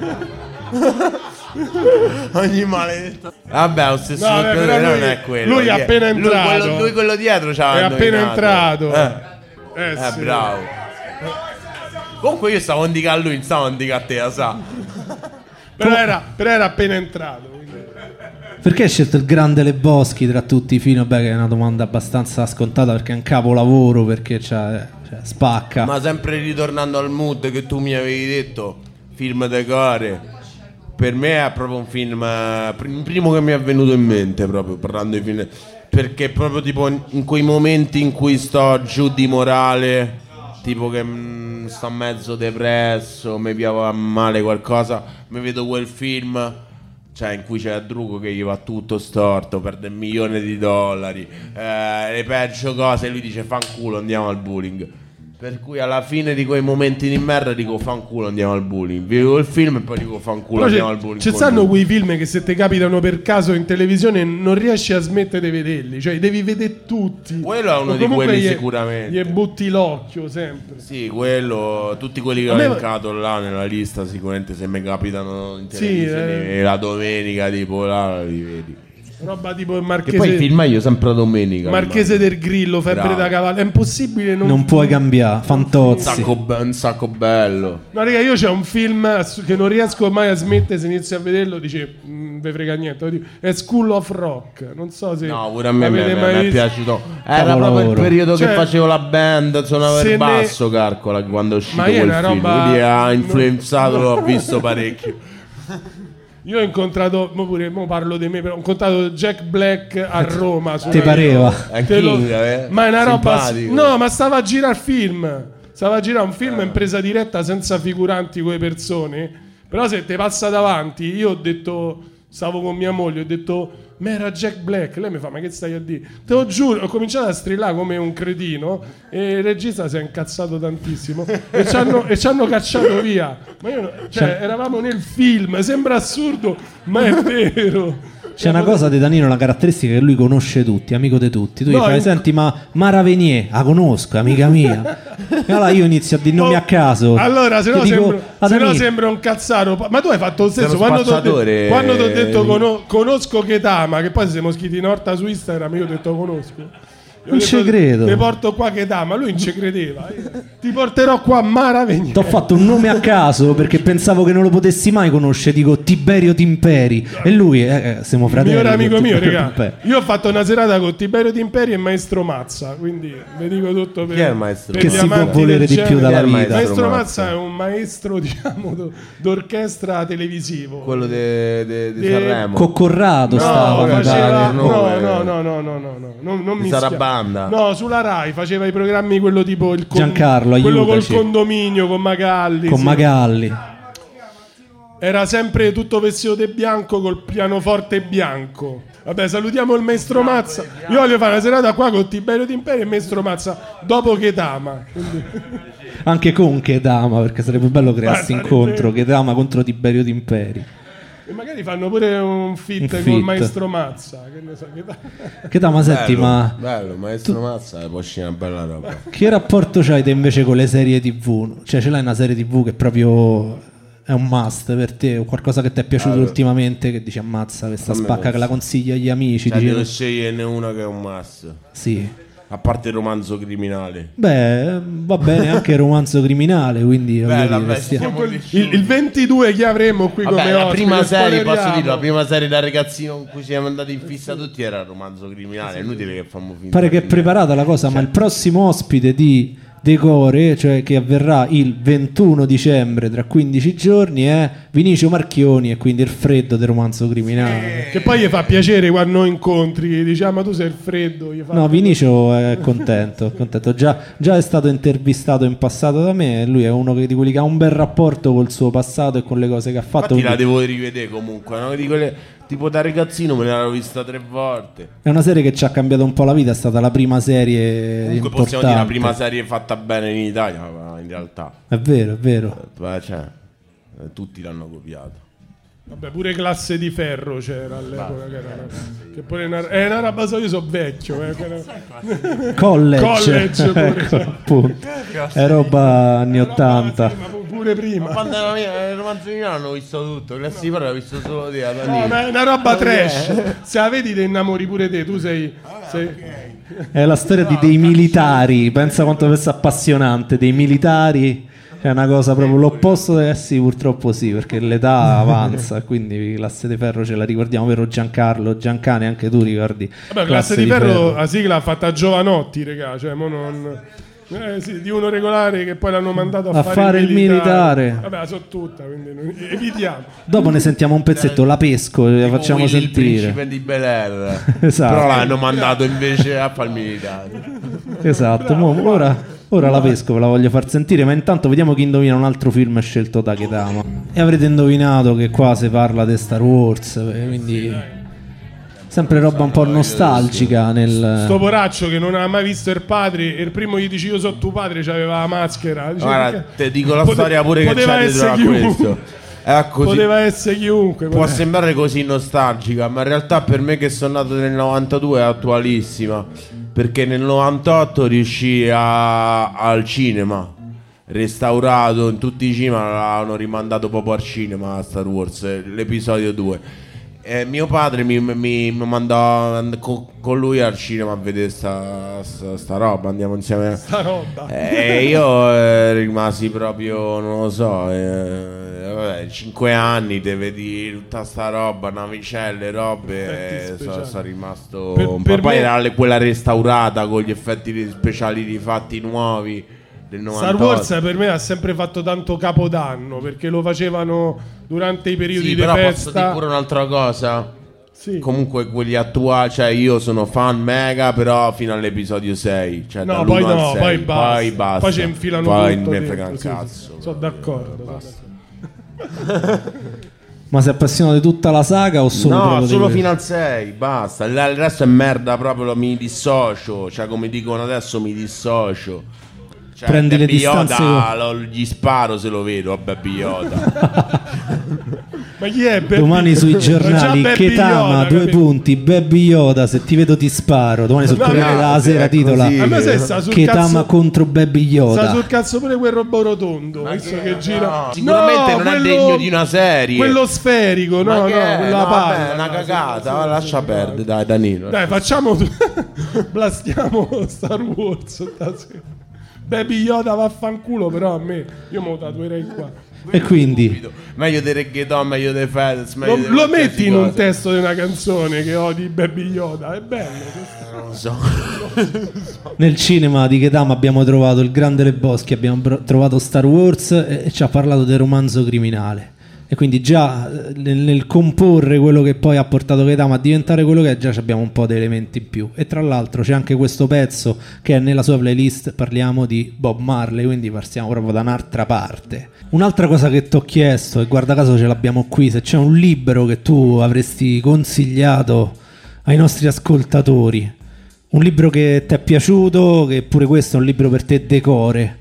Ogni maledetto. Vabbè, lo stesso non è quello. Lui è appena entrato. Lui quello dietro c'ha. È appena entrato. Sì. Bravo. Comunque io stavo a indicare a lui, non stavo a indicare a te, lo sa. Però era appena entrato. Perché hai scelto il grande Le Boschi tra tutti i film? Vabbè, che è una domanda abbastanza scontata, perché è un capolavoro, perché spacca. Ma sempre ritornando al mood che tu mi avevi detto, film decore, per me è proprio un film, il primo che mi è venuto in mente, proprio parlando di film, perché proprio tipo in quei momenti in cui sto giù di morale, tipo che sto mezzo depresso, mi piava male qualcosa, mi vedo quel film, cioè in cui c'è Drugo che gli va tutto storto, perde $1 milione, le peggio cose, e lui dice fanculo, andiamo al bowling. Per cui alla fine di quei momenti di merda dico fanculo, andiamo al bowling. Vedo il film e poi dico fanculo, andiamo al bowling. Ci stanno quei film che se ti capitano per caso in televisione non riesci a smettere di vederli, cioè devi vedere tutti. Quello è uno di quelli sicuramente. Gli butti l'occhio sempre. Sì, quello, tutti quelli che ho elencato là nella lista sicuramente se mi capitano in televisione la domenica tipo là li vedi. Roba tipo il Marchese. Che poi il film io sempre domenica. Marchese del Grillo, Febbre da cavallo. È impossibile non puoi cambiare. Fantozzi. Un sacco bello. No, raga, io c'è un film che non riesco mai a smettere. Se inizio a vederlo dice ve frega niente. È School of Rock. Non so se. No, pure a me mi è piaciuto. Era proprio il periodo che facevo la band, suonavo il basso, calcola, quando è uscito quel film. Quindi ha influenzato, l'ho visto parecchio. Io ho incontrato, mo parlo di me, però ho incontrato Jack Black a Roma. Ti pareva? Ma è una roba. No, ma stava a girare film. Stava a girare un film in presa diretta senza figuranti con le persone. Però se te passa davanti, io ho detto, stavo con mia moglie, ho detto, ma era Jack Black. Lei mi fa, ma che stai a dire? Te lo giuro, ho cominciato a strillare come un cretino e il regista si è incazzato tantissimo e ci hanno cacciato via. Ma io, eravamo nel film, sembra assurdo, ma è vero. C'è una cosa di Danilo, una caratteristica che lui conosce tutti, amico di tutti. Tu gli fai, senti, ma Mara Venier, la conosco, amica mia. E allora io inizio a dire nomi a caso. Allora, se no sembra un cazzaro. Ma tu hai fatto lo stesso. Quando ti ho detto conosco Ketama, che poi siamo scritti in orta su Instagram, io ho detto conosco. Non ci credo. Ti porto qua Ketama, lui non ci credeva. Ti porterò qua Mara Venier. Ti ho fatto un nome a caso perché pensavo che non lo potessi mai conoscere. Dico Tiberio Timperi. E lui, siamo fratelli. Miglior amico mio, raga. Io ho fatto una serata con Tiberio Timperi e Maestro Mazza. Quindi vi dico tutto per. Chi è il maestro? Che si può volere di più dalla vita. Maestro Mazza è un maestro, diciamo, d'orchestra televisivo. Quello di Sanremo. Con Corrado stava. No, non mi Sarà no, sulla Rai faceva i programmi quello tipo il Giancarlo, quello col condominio con Magalli. Magalli. Era sempre tutto vestito di bianco col pianoforte bianco. Vabbè, salutiamo il maestro Mazza. Io voglio fare una serata qua con Tiberio Timperi e il maestro Mazza dopo Ketama. Anche con Ketama, perché sarebbe bello crearsi incontro Ketama contro Tiberio Timperi. E magari fanno pure un fit col maestro Mazza. Che ne so, Ketama, senti, ma. Bello, maestro Mazza può uscire una bella roba. Che rapporto c'hai te invece con le serie TV? Cioè, ce l'hai una serie TV che proprio è un must per te? O qualcosa che ti è piaciuto ultimamente che dici ammazza questa spacca, che la consigli agli amici? Cioè, devo sceglierne una che è un must. Sì. A parte il romanzo criminale. Beh, va bene anche il romanzo criminale, quindi il 22 che avremo qui come la prima serie, posso dire, la prima serie da ragazzino con cui siamo andati in fissa tutti era il romanzo criminale. È inutile che facciamo finta. Pare che è preparata la cosa, ma il prossimo ospite di decore, cioè che avverrà il 21 dicembre tra 15 giorni, è Vinicio Marchioni e quindi il freddo del romanzo criminale. Che poi gli fa piacere quando incontri, diciamo ma tu sei il freddo. Gli fa No, Vinicio è contento. Già è stato intervistato in passato da me e lui è uno di quelli che ha un bel rapporto col suo passato e con le cose che ha fatto. Infatti la devo rivedere comunque, no? Di quelle, tipo da ragazzino me l'ero vista 3 volte. È una serie che ci ha cambiato un po' la vita, è stata la prima serie Comunque importante. possiamo dire la prima serie fatta bene in Italia, ma in realtà. È vero. Cioè, tutti l'hanno copiato. Vabbè, pure Classe di Ferro c'era all'epoca, che pure è una roba, io so vecchio. College pure. Ecco, appunto. È roba anni 80. Ma pure prima. Quando era mia, il romanzo di Milano hanno visto tutto, Classe di Ferro l'ho visto solo te. No, ma è una roba trash. Se la vedi te innamori pure te, tu sei... È la storia dei militari, pensa quanto deve essere appassionante, dei militari. È una cosa proprio l'opposto, sì, purtroppo sì, perché l'età avanza, quindi Classe di Ferro ce la ricordiamo, vero Giancarlo, Giancane, anche tu ricordi? Vabbè, Classe di Ferro, la sigla l'ha fatta Giovanotti, regà, cioè mo non... sì, di uno regolare che poi l'hanno mandato a fare il militare. Vabbè, la so tutta, quindi evitiamo. Dopo ne sentiamo un pezzetto, la pesco, la facciamo Willy, sentire. il principe di Bel-Air. Esatto. Però l'hanno mandato invece a fare il militare. Esatto, ora la pesco, ve la voglio far sentire, ma intanto vediamo chi indovina un altro film scelto da Ketama. E avrete indovinato che qua si parla di Star Wars, quindi sempre roba un po' nostalgica nel... Sto poraccio che non ha mai visto il padre e il primo gli dice io sono tuo padre, c'aveva la maschera. Dice, Guarda, te dico la storia pure che c'è dietro a questo. Così. Poteva essere chiunque. Può sembrare così nostalgica, ma in realtà per me che sono nato nel 92 è attualissima, perché nel 98 riuscì al cinema, restaurato in tutti i cinema, l'hanno rimandato proprio al cinema a Star Wars, l'episodio 2. Mio padre mi mandò con lui al cinema a vedere sta roba, andiamo insieme. Sta roba. E io rimasi proprio, non lo so, 5 anni te vedi tutta sta roba, navicelle, robe, sono rimasto per poi me... era quella restaurata con gli effetti speciali rifatti nuovi del 98. Star Wars per me ha sempre fatto tanto capodanno, perché lo facevano durante i periodi sì, di però festa. posso dire pure un'altra cosa. Sì. Comunque quelli attuali, cioè io sono fan mega, però fino all'episodio 6, cioè no, poi no, 6, poi basta. Poi ci poi infilano poi tutto me dentro, frega un sì, cazzo. sì. Sono d'accordo. Ma sei appassionato di tutta la saga o solo No, solo di fino al 6, basta. Il resto è merda, proprio mi dissocio. Cioè, come dicono adesso, mi dissocio. Cioè, prendi le Baby distanze Yoda, gli sparo se lo vedo a Baby Yoda. Ma chi è Baby? Domani sui giornali Ma già Baby Ketama, Yoda, 2 capito? punti, Baby Yoda, se ti vedo ti sparo. Domani sul No, Corriere no, della Sera è titola così. A me se sta sul Ketama cazzo, contro Baby sta Yoda. sul cazzo pure quel robot rotondo, visto che gira. No, sicuramente non è degno di una serie. Quello sferico, Ma no, che è? quella No, palla. vabbè, è una cagata, va, lascia perdere, dai Danilo. Dai, facciamo blastiamo Star Wars stasera. Baby Yoda vaffanculo, però a me io me lo tatuerei qua. E quindi Meglio dei reggaeton, meglio dei Fedez, meglio di Lo qualsiasi metti in un cosa. testo di una canzone che odi Baby Yoda, è bello. Non lo so. nel cinema di Ketama abbiamo trovato il Grande Lebowski, abbiamo trovato Star Wars e ci ha parlato del romanzo criminale. E quindi già nel comporre quello che poi ha portato Ketama a diventare quello che è, già abbiamo un po' di elementi in più. E tra l'altro c'è anche questo pezzo che è nella sua playlist, parliamo di Bob Marley, quindi partiamo proprio da un'altra parte. Un'altra cosa che ti ho chiesto, e guarda caso ce l'abbiamo qui, se c'è un libro che tu avresti consigliato ai nostri ascoltatori, un libro che ti è piaciuto, che pure questo è un libro per te decore,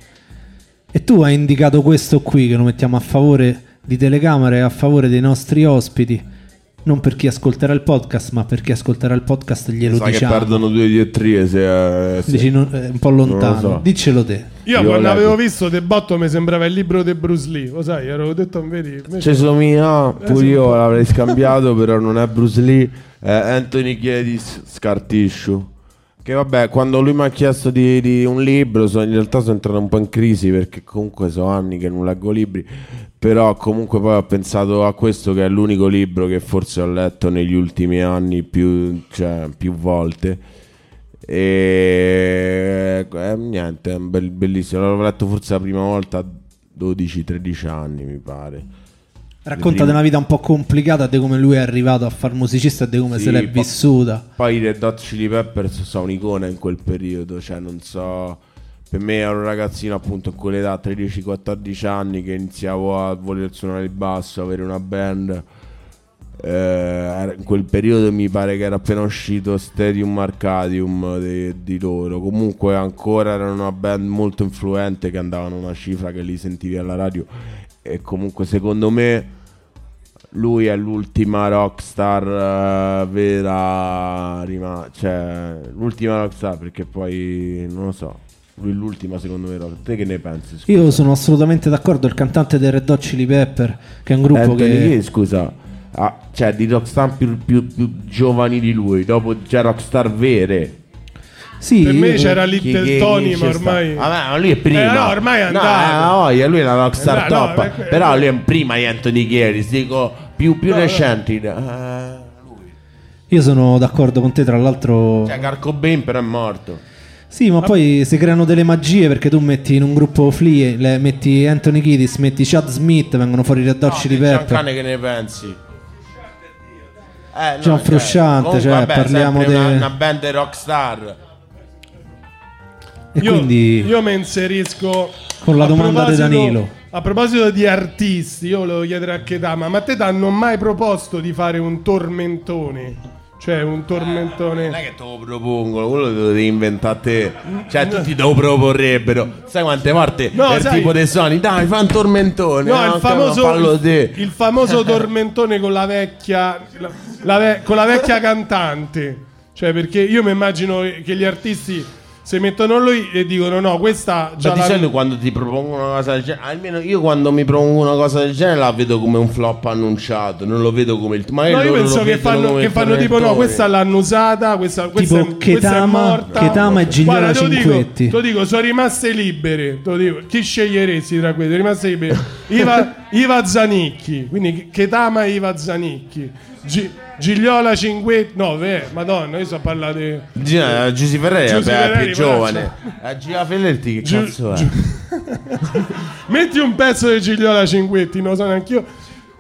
e tu hai indicato questo qui che lo mettiamo a favore di telecamera e a favore dei nostri ospiti, non per chi ascolterà il podcast, ma per chi ascolterà il podcast glielo Sa diciamo. che perdono 2 dietrie se Dici, è un po' lontano, Non lo so. diccelo te. Io Io quando leggo. avevo visto De Botto mi sembrava il libro di Bruce Lee, lo sai, ero detto vedi. invece- Cesomia, pure sì, un io po'. l'avrei scambiato, però non è Bruce Lee, è Anthony Kiedis Scar Tissue. Che vabbè, quando lui mi ha chiesto di un libro, in realtà sono entrato un po' in crisi perché comunque so anni che non leggo libri, però comunque poi ho pensato a questo che è l'unico libro che forse ho letto negli ultimi anni più volte. E niente, è bellissimo. L'ho letto forse la prima volta a 12-13 anni, mi pare. Racconta di una vita un po' complicata, di come lui è arrivato a far musicista e di come se l'è vissuta. Poi i Red Hot Chili Peppers sono un'icona in quel periodo, cioè non so, per me ero un ragazzino appunto in quell'età, 13-14 anni, che iniziavo a voler suonare il basso, avere una band. In quel periodo mi pare che era appena uscito Stadium Arcadium di loro. Comunque ancora erano una band molto influente, che andavano una cifra che li sentivi alla radio. E comunque secondo me lui è l'ultima rockstar vera, cioè l'ultima rockstar, perché poi non lo so, lui è l'ultima secondo me rockstar. Te che ne pensi? Scusa. Io sono assolutamente d'accordo. Il cantante dei Red Hot Chili Pepper, che è un gruppo scusa, cioè di rockstar più giovani di lui, dopo c'è rockstar vere. Sì, per me c'era Little Tony, ma ormai ma lui è prima. No, ormai è andato. Lui è la rockstar top. perché... Però lui è prima di Anthony Kiedis, dico più recenti. Io sono d'accordo con te, tra l'altro. Cioè Kurt Cobain però è morto. Sì, ma poi si creano delle magie, perché tu metti in un gruppo Flea, metti Anthony Kiedis, metti Chad Smith, vengono fuori i Red Hot Chili Pepper. Cane, che ne pensi? C'è un Frusciante, cioè parliamo di una band rockstar. E quindi io mi inserisco con la domanda di Danilo. A proposito di artisti, io volevo chiedere a Ketama, ma a te ti hanno mai proposto di fare un tormentone? Cioè un tormentone. Non è che te lo propongono, quello te lo devi inventare te. Cioè tutti te lo proporrebbero. Sai quante volte per tipo dei suoni, dai, fa un tormentone. No, il famoso tormentone con la vecchia con la vecchia cantante. Cioè, perché io mi immagino che gli artisti se mettono lui e dicono no, questa già di solito quando ti propongono una cosa del genere, almeno io quando mi propongo una cosa del genere la vedo come un flop annunciato, non lo vedo come il no, io penso che fanno tipo no, questa l'hanno usata, questa tipo questa è morta. Ketama e Gigliola Cinquetti. Te lo dico, sono rimaste libere. Te lo dico, chi sceglieresti tra questi? Rimaste libere. Iva Zanicchi, quindi Ketama e Iva Zanicchi. Gigliola Cinquetti, no, madonna, io sto a parlare di Giusy Ferreri è più giovane. Gigliola Ferretti, che cazzo è? Metti un pezzo di Gigliola Cinquetti, non lo so neanch'io.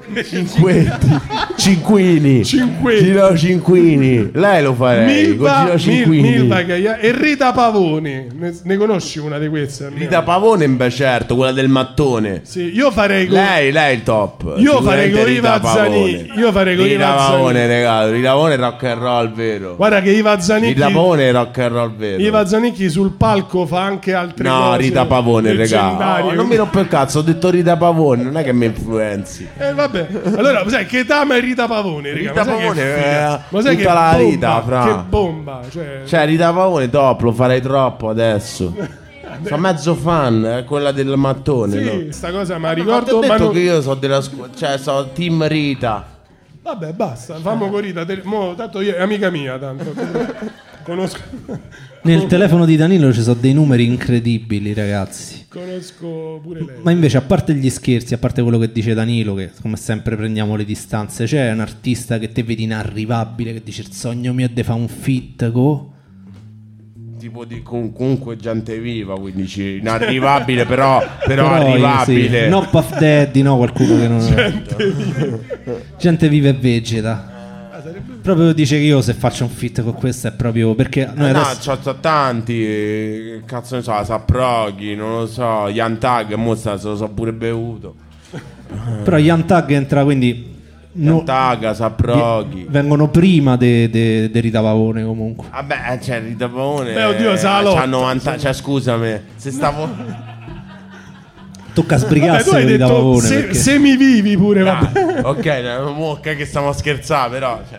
Cinquini. Gigliola Cinquini. Lei lo farei. Milva e Rita Pavone. Ne conosci una di queste? Rita Pavone, beh, certo, quella del mattone. Sì, io farei con lei è il top. Io farei con Iva Zanicchi. Rita Pavone, regalo. Rita Pavone è rock and roll vero. Guarda che Iva Zanicchi. Rita Pavone è rock and roll vero. Iva Zanicchi sul palco fa anche altre cose. No, Rita Pavone, regalo. Non mi rompo il cazzo, ho detto Rita Pavone, non è che mi influenzi. Vabbè. Allora, sai, Ketama e Rita Pavone, raga. Rita Pavone ma sai tutta la vita, che bomba, cioè Rita Pavone top, lo farei troppo adesso. Sono mezzo fan, quella del mattone. Sì, no? Sta cosa, ma ricordo. Ho detto che io so della cioè so team Rita. Vabbè, basta, fammo con Rita. Tanto io è amica mia, tanto. Conosco. Nel telefono di Danilo ci sono dei numeri incredibili, ragazzi. Conosco pure lei. Ma invece, a parte gli scherzi, a parte quello che dice Danilo, che come sempre prendiamo le distanze, c'è un artista che te vedi inarrivabile, che dice il sogno mio è di fare un feat con... Tipo di comunque gente viva, quindi inarrivabile, però arrivabile. Sì. No Puff Daddy, no, qualcuno che non... gente viva e vegeta. Proprio dice che io se faccio un feat con questo è proprio perché noi adesso... c'ho tanti, cazzo ne so, Saproghi, non lo so, Young Tag, mostra se lo so pure bevuto. Però Young Tag entra, quindi Young Tag, Saproghi vengono prima de Rita Pavone comunque. Vabbè, cioè Rita Pavone oddio, c'ha 90, cioè scusami, se stavo tocca sbrigarsi con Rita Pavone se mi vivi pure, vabbè. Ok, che stiamo a scherzare, però cioè.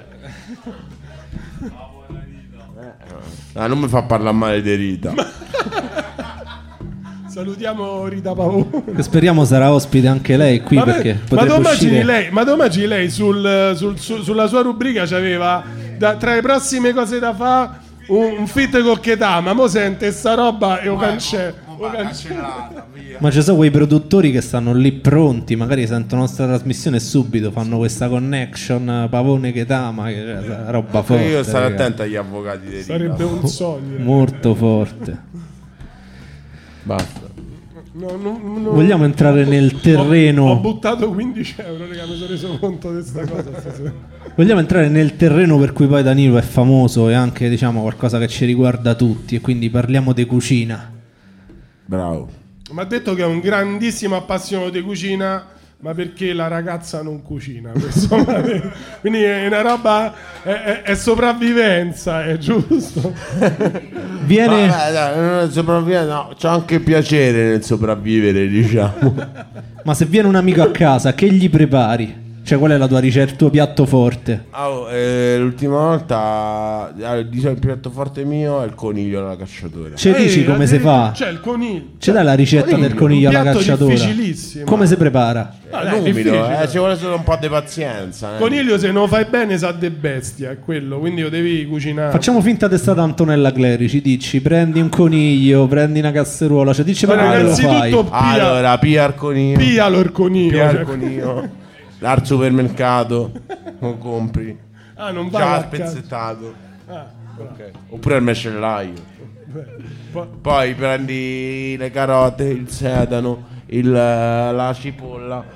Non mi fa parlare male di Rita. Salutiamo Rita Pavone. Speriamo sarà ospite anche lei qui. Vabbè, perché ma tu immagini lei sulla sua rubrica c'aveva tra le prossime cose da fare un feat con Ketama. Mo sente sta roba e lo cancella. Ma ci sono quei produttori che stanno lì pronti, magari sentono la nostra trasmissione e subito fanno questa connection Pavone Ketama, che è roba forte. Io starei attento agli avvocati di Rita. Sarebbe un sogno. Molto forte. Basta. Vogliamo entrare nel terreno. Ho buttato 15 euro, raga, mi sono reso conto di questa cosa stasera. Vogliamo entrare nel terreno per cui poi Danilo è famoso e anche, diciamo, qualcosa che ci riguarda tutti, e quindi parliamo di cucina. Bravo. Mi ha detto che è un grandissimo appassionato di cucina, ma perché la ragazza non cucina. Quindi è una roba, è sopravvivenza, è giusto. Viene. No, c'è anche piacere nel sopravvivere, diciamo. Ma se viene un amico a casa, che gli prepari? Cioè, qual è la tua ricetta, il tuo piatto forte? L'ultima volta di solito il piatto forte mio è il coniglio alla cacciatora. Ci dici come si fa? C'è il coniglio. Ci dai la ricetta del coniglio alla cacciatora? Difficilissimo. Come si prepara? È Umido, difficile. ci vuole solo un po' di pazienza. Coniglio, se non lo fai bene, sa de bestia, è quello, quindi lo devi cucinare. Facciamo finta di stata Antonella Clerici, dici prendi un coniglio, prendi una casseruola, cioè dici Allora, come lo fai? innanzitutto Allora, pia il coniglio. piglialo il coniglio. Pia il cioè. coniglio. Al supermercato lo compri. Ah, non va Già a casa. spezzettato. Ah, Ok. Oppure al macellaio. poi- Poi prendi le carote, il sedano, la cipolla,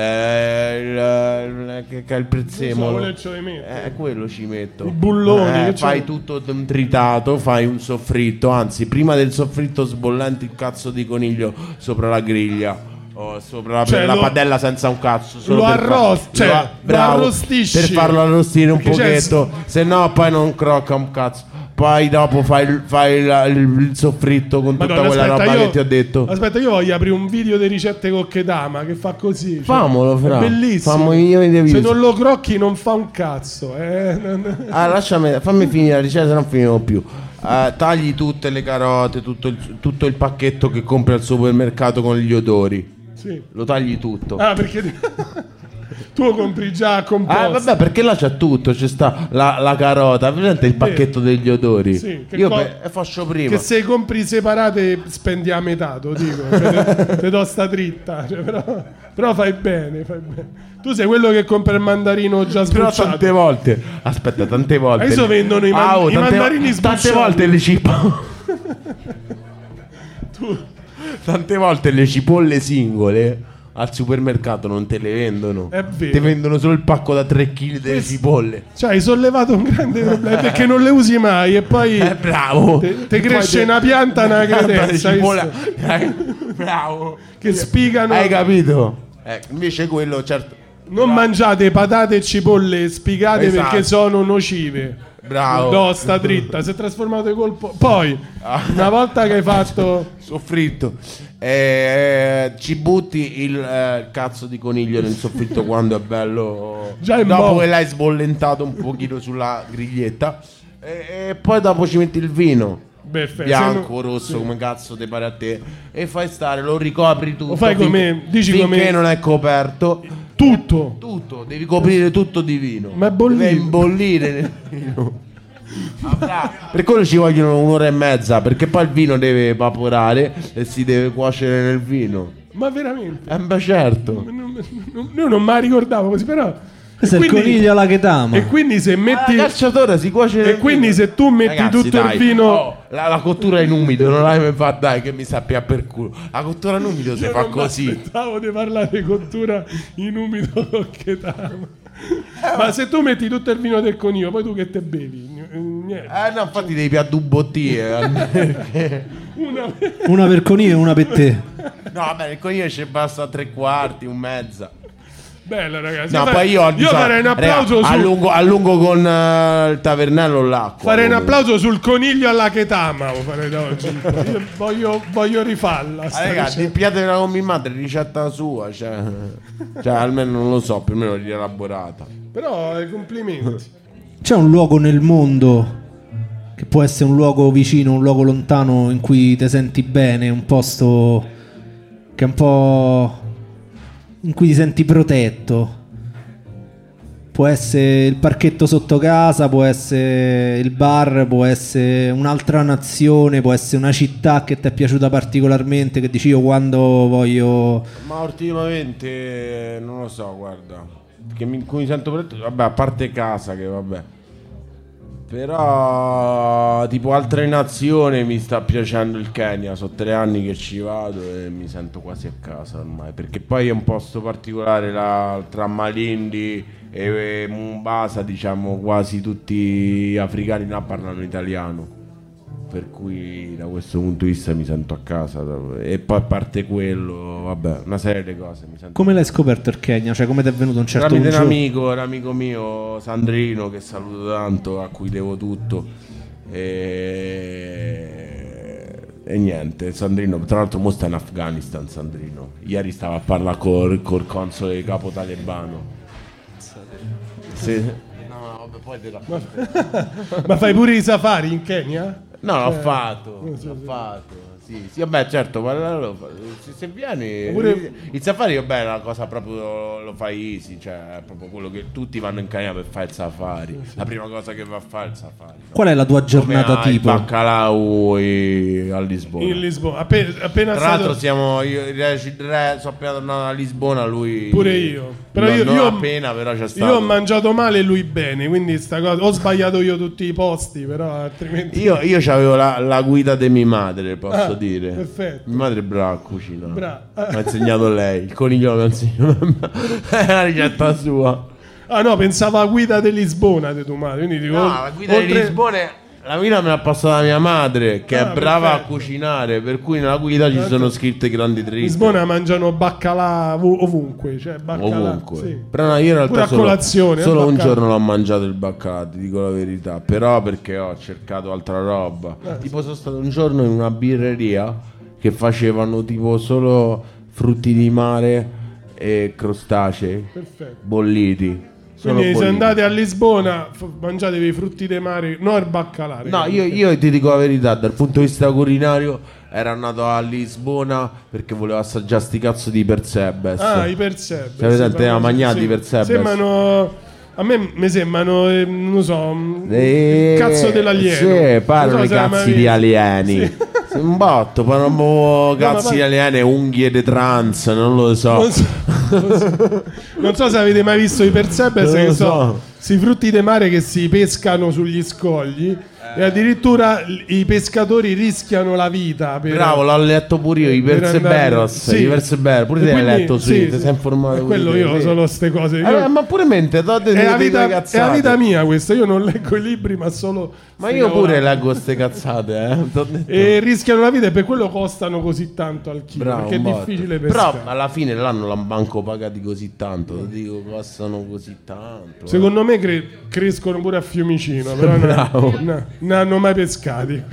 che è il prezzemolo. quello ci devi mettere. Quello ci metto. I bulloni, che fai c'è? tutto tritato, fai un soffritto. Anzi, prima del soffritto sbollenti il cazzo di coniglio sopra la griglia. O sopra Cioè, la lo- padella senza un cazzo. Solo lo per arrosti, cioè, lo bravo, arrostisci. per farlo arrostire un Perché c'è il- pochetto. Se no, poi non crocca un cazzo. Poi dopo fai il soffritto con tutta Madonna, quella aspetta, roba io- che ti ho detto. Aspetta, io voglio aprire un video di ricette con Kedama che fa così. Cioè, Famolo, fra. è bellissimo. Fammo milioni di Se views. non lo crocchi non fa un cazzo. Fammi finire la ricetta, se non finivo più. Tagli tutte le carote, tutto il pacchetto che compri al supermercato con gli odori. Sì. Lo tagli tutto. Ah, perché tu lo compri già composto. Vabbè, perché là c'è tutto, c'è sta la carota, vedete il pacchetto degli odori. Sì, che Io co- faccio prima. Che se compri separate spendi a metà, te lo dico. Cioè, te do sta dritta. Cioè, però fai bene, fai bene. Tu sei quello che compra il mandarino già Però sbruciato. tante volte, aspetta, tante volte. Adesso vendono i tante- mandarini Tante sbucciati. volte le Tante volte le cipolle singole al supermercato non te le vendono. È vero. Ti vendono solo il pacco da 3 kg delle cipolle. Cioè, hai sollevato un grande problema perché non le usi mai e poi Bravo. te cresce una pianta, una credenza. hai cipolla. visto? Bravo. Che spigano. Hai capito? Invece quello, certo. Non mangiate patate e cipolle spigate Esatto. perché sono nocive. Bravo. No, sta dritta, si è trasformato in colpo. Poi, una volta che hai fatto Soffritto. Ci butti il cazzo di coniglio nel soffritto quando è bello. Già è dopo morto. che l'hai sbollentato un pochino sulla griglietta. E poi dopo ci metti il vino. Perfetto. Bianco, Se no- rosso, come cazzo ti pare a te. E fai stare, lo ricopri tutto. Lo fai come- dici finché come- non è coperto. tutto. Tutto, devi coprire tutto di vino. Ma è bollito. Deve imbollire nel vino. Per quello ci vogliono un'ora e mezza, perché poi il vino deve evaporare e si deve cuocere nel vino. Ma veramente? Beh, certo. Io non me la ricordavo così, però. Questo è il quindi- coniglio alla Ketama. E quindi se metti. La cacciatora si cuoce nel E quindi vino. se tu metti Ragazzi, tutto dai. il vino. Oh, la cottura in umido, non l'hai mai fatta, dai, che mi sappia per culo. La cottura in umido si Io fa non così. aspettavo di parlare di cottura in umido con Ketama. Ma se tu metti tutto il vino del coniglio, poi tu che te bevi? Niente. No, infatti devi più a due bottiglie. Una per coniglio e una per te. No, vabbè, il coniglio ci basta 3/4, un mezza. Bello, ragazzi. No, poi io farei un applauso raga, allungo con il tavernello l'acqua. Farei un come- applauso sul coniglio alla Ketama. Lo farei da oggi. Io voglio rifarla. sta Ragazzi, ricetta. piatela con mia madre, ricetta sua, cioè almeno non lo so, più o meno rielaborata. Però complimenti. C'è un luogo nel mondo che può essere un luogo vicino, un luogo lontano in cui ti senti bene, un posto che è un po' in cui ti senti protetto. Può essere il parchetto sotto casa, può essere il bar, può essere un'altra nazione, può essere una città che ti è piaciuta particolarmente, che dici io quando voglio... Ma ultimamente non lo so, guarda, che in cui mi sento protetto, vabbè, a parte casa che vabbè. Però tipo altre nazioni mi sta piacendo il Kenya, sono 3 anni che ci vado e mi sento quasi a casa ormai, perché poi è un posto particolare tra Malindi e Mombasa, diciamo quasi tutti gli africani là parlano italiano, per cui da questo punto di vista mi sento a casa. E poi a parte quello, vabbè, una serie di cose mi sento. Come l'hai scoperto il Kenya? Cioè, come ti è venuto un certo Tramite giorno? un amico mio, Sandrino, che saluto tanto, a cui devo tutto. E niente, Sandrino, tra l'altro mo sta in Afghanistan. Sandrino ieri stava a parlare col console capo talebano. Sì. No, vabbè, poi te la... Ma fai pure i safari in Kenya? No, l'ho fatto. Sì, vabbè, certo, se vieni il safari, vabbè, è una cosa proprio, lo fai easy, cioè è proprio quello che tutti vanno in Kenya per fare il safari. La prima cosa che va a fare è il safari. Qual è la tua giornata Come tipo? il Baccalau a Lisbona. In Lisbona, appena Tra l'altro stato... io sono appena tornato a Lisbona, lui Pure io. Però non io appena, però c'è stato. Io ho mangiato male e lui bene, quindi sta cosa... Ho sbagliato io tutti i posti, però altrimenti... Io c'avevo la guida di mia madre, posso dire. Perfetto. Mia madre è brava a cucinare. Brava. Mi ha insegnato lei. Il coniglio mi ha insegnato. È la ricetta sua. Ah no, pensavo a guida di Lisbona di tua madre. Quindi dico, No, la guida di Lisbona la guida me l'ha passata mia madre, che è brava perfetto. a cucinare, per cui nella guida ci sono scritte grandi dritte. Lisbona mangiano baccalà ovunque, cioè baccalà, Ovunque. sì. Però no, io in realtà Pure a colazione, solo un baccalà. giorno l'ho mangiato il baccalà, ti dico la verità. Però perché ho cercato altra roba. Tipo sono stato un giorno in una birreria che facevano tipo solo frutti di mare e crostacei Perfetto. bolliti. Solo Quindi se bolliti. andate a Lisbona mangiatevi i frutti dei mari, no il baccalà. No, ragazzi. io ti dico la verità, dal punto di vista culinario ero andato a Lisbona perché volevo assaggiare sti cazzo di Persebes. Ah, i Persebes. Sei presente la magnata di sì. Persebes? Sembrano... A me mi sembrano, non so, il cazzo dell'alieno. Sì, parlano Non i so se l'hai cazzi mai di visto. alieni. Sì. Sì, un botto, parlano cazzi ma- di alieni, unghie di trans, non lo so. Non so se avete mai visto i Persebes, Non che lo so, so. questi frutti di mare che si pescano sugli scogli e addirittura i pescatori rischiano la vita per... Bravo, l'ho letto pure io, i per Perseberos, andare- i Perseberos, pure E te l'hai quindi- letto su, sì, ti sì. sei informato E pure quello te, io sì. solo ste cose. Io- Ma pure mente, è la vita mia questa, io non leggo i libri ma solo... Ma ste io pure cavolate. leggo ste cazzate, t'ho detto. E rischiano la vita e per quello costano così tanto al chilo, Bravo, perché è un botto. difficile Però pescare. alla fine l'hanno la banco pagati così tanto, ti dico, costano così tanto. Secondo me crescono pure a Fiumicino, però Bravo. non hanno mai pescati.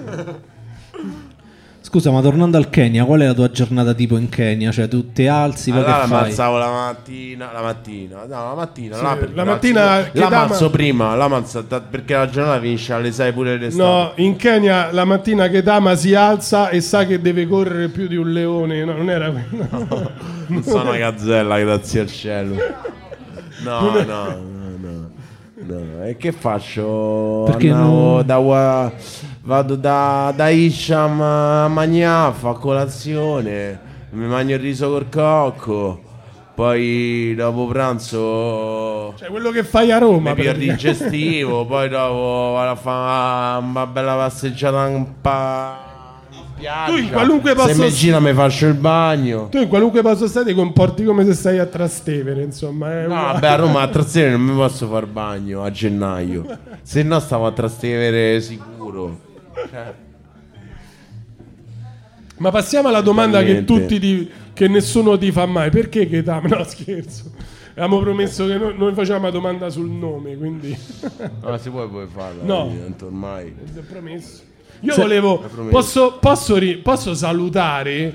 Scusa, ma tornando al Kenya, qual è la tua giornata tipo in Kenya? Cioè, tu ti alzi, poi Allora che mi fai? alzavo la mattina, Sì, là, perché la mattina che l'ammazzo prima, perché la giornata finisce alle 6 pure l'estate. No, in Kenya la mattina Ketama si alza e sa che deve correre più di un leone. No, non era quello. Non sono una gazzella, grazie al cielo. No. E che faccio? Perché Vado da Isham a Magnà, fa colazione, mi mangio il riso col cocco, poi dopo pranzo Cioè quello che fai a Roma. mi piglio il praticamente. digestivo, poi dopo vado a fare una bella passeggiata in spiaggia. Tu in qualunque posto- se mi gira mi faccio il bagno. Tu in qualunque posto stai ti comporti come se stai a Trastevere, insomma. No, vabbè, a Roma a Trastevere non mi posso far bagno a gennaio. Se no stavo a Trastevere sicuro. Ma passiamo alla domanda che Totalmente. che nessuno ti fa mai. Perché Ketama? No, scherzo. Avevamo promesso che noi facciamo la domanda sul nome, quindi Ma se vuoi puoi farla. No. Tanto ormai. ho promesso. Io volevo... promesso. Posso salutare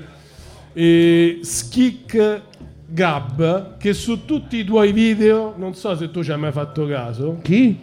Skik Gab, che su tutti i tuoi video, non so se tu ci hai mai fatto caso, Chi?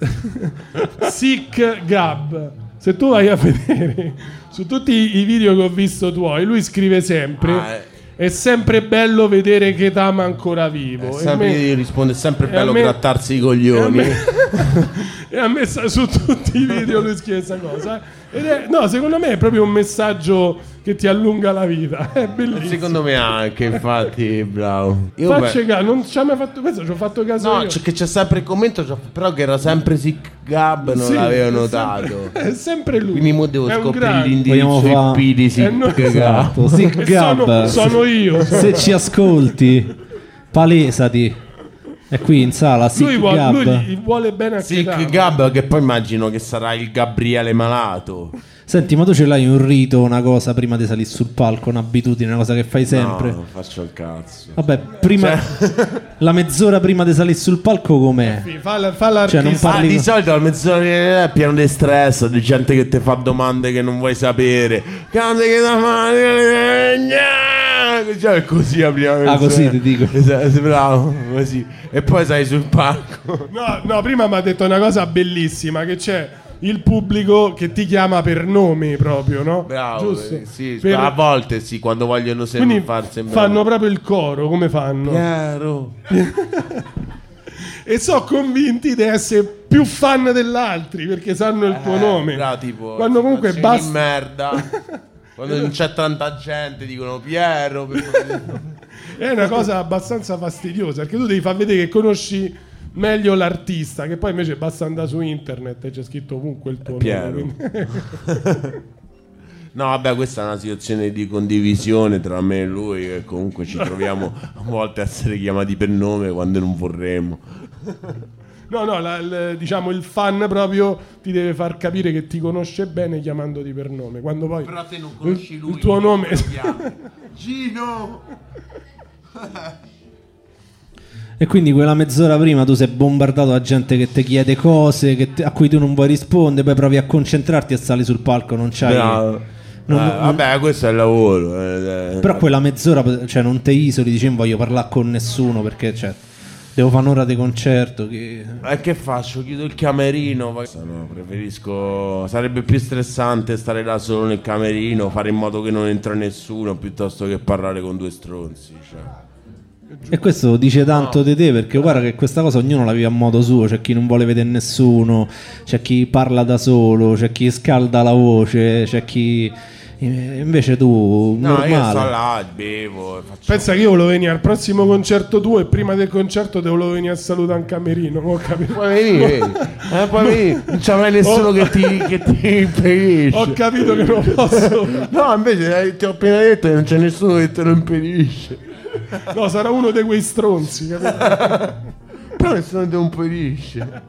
Sick Gab, se tu vai a vedere su tutti i video che ho visto tuoi, lui scrive sempre è sempre bello vedere Ketama ancora vivo. E Sempre me- risponde, è sempre e bello a me- grattarsi i e a coglioni. me- e ha messo su tutti i video lui scrive questa cosa. Ed è, no, secondo me è proprio un messaggio che ti allunga la vita. È bellissimo. Secondo me anche, infatti, bravo. Faccio caso, non ci ha mai fatto questo, ci ho fatto caso No, io. che c'è sempre il commento, però che era sempre Sick Gab, non Sì, l'avevo è notato. È sempre lui. Quindi mo devo È un scoprire grande. l'indirizzo Vogliamo IP di Sick no, Gab. Esatto, Sick E Gab. sono io. Se ci ascolti, palesati. È qui in sala, Sick Lui Gab. gli vuole bene a Sick Ketama. Gab, che poi immagino che sarà il Gabriele malato. Senti, ma tu ce l'hai un rito, una cosa prima di salire sul palco, un'abitudine, una cosa che fai sempre? No, non faccio il cazzo. Vabbè, prima la mezz'ora prima di salire sul palco com'è? Fa l'artista. Cioè, non parli di con- solito la mezz'ora è pieno di stress, di gente che ti fa domande che non vuoi sapere. Cante che da male. Cioè, così a prima mezz'ora. così ti dico. Esatto, bravo, così. E poi sei sul palco. No, prima mi ha detto una cosa bellissima, che c'è il pubblico che ti chiama per nome proprio, no? Bravo, Giusto? sì, Per- a volte sì, quando vogliono Quindi far sembrare. fanno proprio il coro, come fanno? Chiaro. E sono convinti di essere più fan dell'altri perché sanno il tuo nome. Bravo, tipo, Quando comunque situazioni basta. di merda. Quando non c'è tanta gente dicono Piero. È una cosa abbastanza fastidiosa perché tu devi far vedere che conosci meglio l'artista, che poi invece basta andare su internet e c'è scritto ovunque il tuo Piero. nome. No, vabbè, questa è una situazione di condivisione tra me e lui, che comunque ci troviamo a volte a essere chiamati per nome quando non vorremmo. No, diciamo il fan proprio ti deve far capire che ti conosce bene chiamandoti per nome. Quando poi Però te non conosci lui. il tuo nome. Gino! E quindi quella mezz'ora prima tu sei bombardato da gente che ti chiede cose a cui tu non vuoi rispondere, poi provi a concentrarti e sali sul palco, non c'hai... Bravo. Vabbè, questo è il lavoro. Però quella mezz'ora, cioè, non te isoli, dici non voglio parlare con nessuno perché, cioè, devo fare un'ora di concerto. E che faccio? Chiudo il camerino. No, preferisco. Sarebbe più stressante stare là solo nel camerino, fare in modo che non entra nessuno piuttosto che parlare con due stronzi. Cioè. E questo dice tanto di te, perché guarda che questa cosa ognuno la vive a modo suo. C'è chi non vuole vedere nessuno, c'è chi parla da solo, c'è chi scalda la voce, c'è chi... Invece tu, No, normale. io sto là, bevo e faccio... Pensa che io volevo venire al prossimo concerto tuo e prima del concerto te volevo venire a salutare in camerino. Ho capito. Puoi venire, puoi venire. Non c'è nessuno che ti impedisce. Ho capito che non posso. No, invece ti ho appena detto che non c'è nessuno che te lo impedisce. No, sarà uno di quei stronzi, capito? Però nessuno te lo impedisce.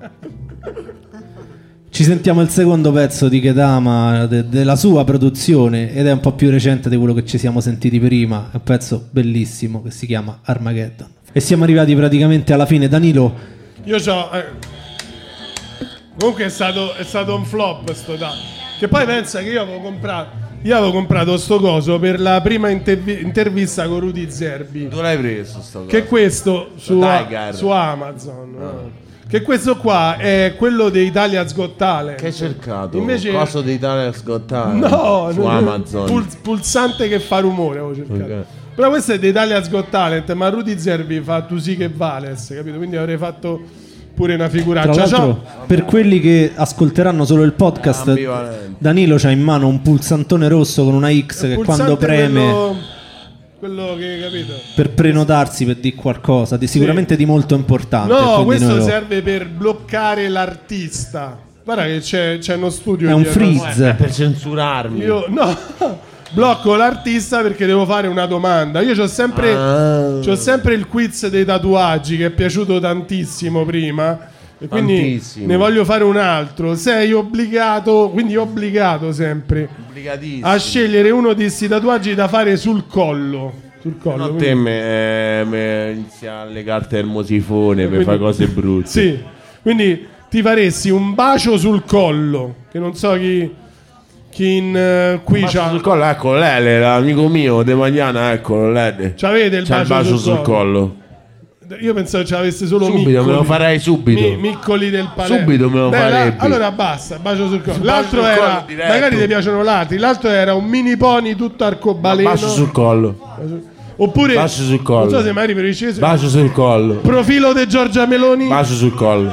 Ci sentiamo il secondo pezzo di Ketama della sua produzione ed è un po' più recente di quello che ci siamo sentiti prima. È un pezzo bellissimo che si chiama Armageddon. E siamo arrivati praticamente alla fine. Danilo, Io c'ho. Comunque è stato un flop sto da. Che poi pensa che io avevo comprato sto coso per la prima intervista con Rudy Zerbi. Dove l'hai preso sto Che questo su Tiger. Amazon. No. Che questo qua è quello di Italia's Got Talent. Che hai cercato? Invece Coso di Italia scottare? no, su no, Amazon. Pulsante che fa rumore avevo cercato. Ok. Però questo è di Italia's Got Talent, ma Rudy Zerbi fa Tu sì che vales, capito? Quindi avrei fatto pure una tra figuraccia. l'altro, per quelli che ascolteranno solo il podcast, Ambivalente. Danilo c'ha in mano un pulsantone rosso con una X che quando preme quello che capito. per prenotarsi, per dire qualcosa di sicuramente di molto importante. No, quindi questo noi serve per bloccare l'artista. Guarda che c'è uno studio è un dietro. freeze. Per censurarmi. Io no, blocco l'artista perché devo fare una domanda. Io c'ho sempre il quiz dei tatuaggi che è piaciuto tantissimo prima. E quindi Tantissimo. ne voglio fare un altro. Sei obbligato, quindi obbligato sempre Obbligатissimo. a scegliere uno di questi tatuaggi da fare sul collo. Sul collo. No, quindi- te me inizia a legarti al mosifone per quindi- fare cose brutte. Sì, quindi ti faresti un bacio sul collo, che non so chi qui Bacio c'ha. sul collo, ecco Lele, l'amico mio de Magliana, eccolo Lele. C'avete il C'ha il bacio sul collo. Io pensavo ce l'avesse solo Subito, Miccoli. me lo farei subito. Miccoli del Palermo. Subito me lo farebbe. Allora basta, bacio sul collo. Sul L'altro bacio sul era, collo diretto. magari ti piacciono l'altro. L'altro era un mini pony tutto arcobaleno. Bacio sul collo. Oppure, bacio sul collo. non so se magari preferisci Bacio sul collo. profilo di Giorgia Meloni. Bacio sul collo.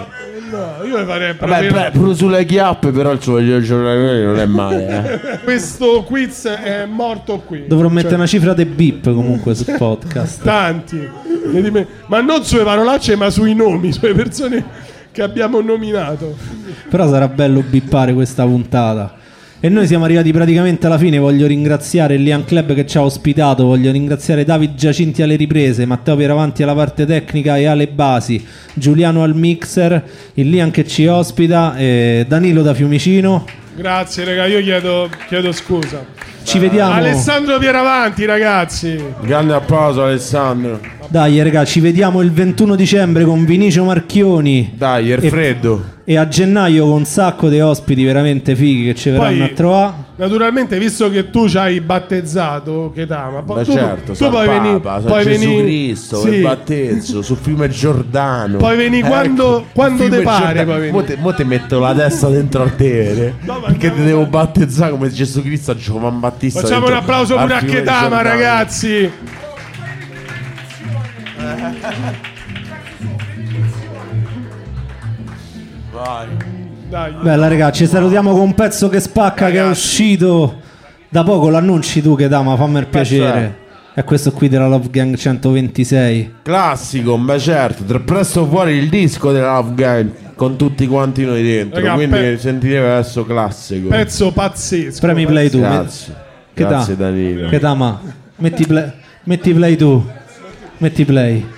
No, io le farei Vabbè, pure sulle chiappe, però il suo giornale non è male. Questo quiz è morto qui. Dovrò mettere una cifra dei beep comunque sul podcast. Tanti. Ma non sulle parolacce, ma sui nomi, sulle persone che abbiamo nominato. Però sarà bello bippare questa puntata. E noi siamo arrivati praticamente alla fine. Voglio ringraziare il Lian Club che ci ha ospitato. Voglio ringraziare David Giacinti alle riprese, Matteo Pieravanti alla parte tecnica e alle basi, Giuliano al mixer, il Lian che ci ospita, Danilo da Fiumicino. Grazie raga, io chiedo scusa. Ci vediamo. Alessandro Pieravanti, ragazzi. Grande applauso Alessandro. Dai raga, ci vediamo il 21 dicembre con Vinicio Marchioni. Dai, è freddo. E a gennaio con un sacco di ospiti veramente fighi che ci verranno a trovare. Naturalmente, visto che tu ci hai battezzato Ketama, ma certo, tu puoi venire, poi Gesù Cristo, sì. Il battezzo sul fiume Giordano. Poi veni quando te pare. Mo te metto la testa dentro al tevere, perché ti devo battezzare come Gesù Cristo a Giovan Battista. Facciamo un applauso pure a Ketama, ragazzi. Vai. Dai. Bella ragazzi, ci salutiamo con un pezzo che spacca, ragazzi, che è uscito da poco. L'annunci tu che ma fammi il piacere. È questo qui della Love Gang 126. Classico, beh certo. Presto fuori il disco della Love Gang con tutti quanti noi dentro. Raga, quindi sentirete adesso classico. Pezzo pazzesco. Premi play tu. Grazie. Grazie Danilo. Che ma metti play tu. Metti play.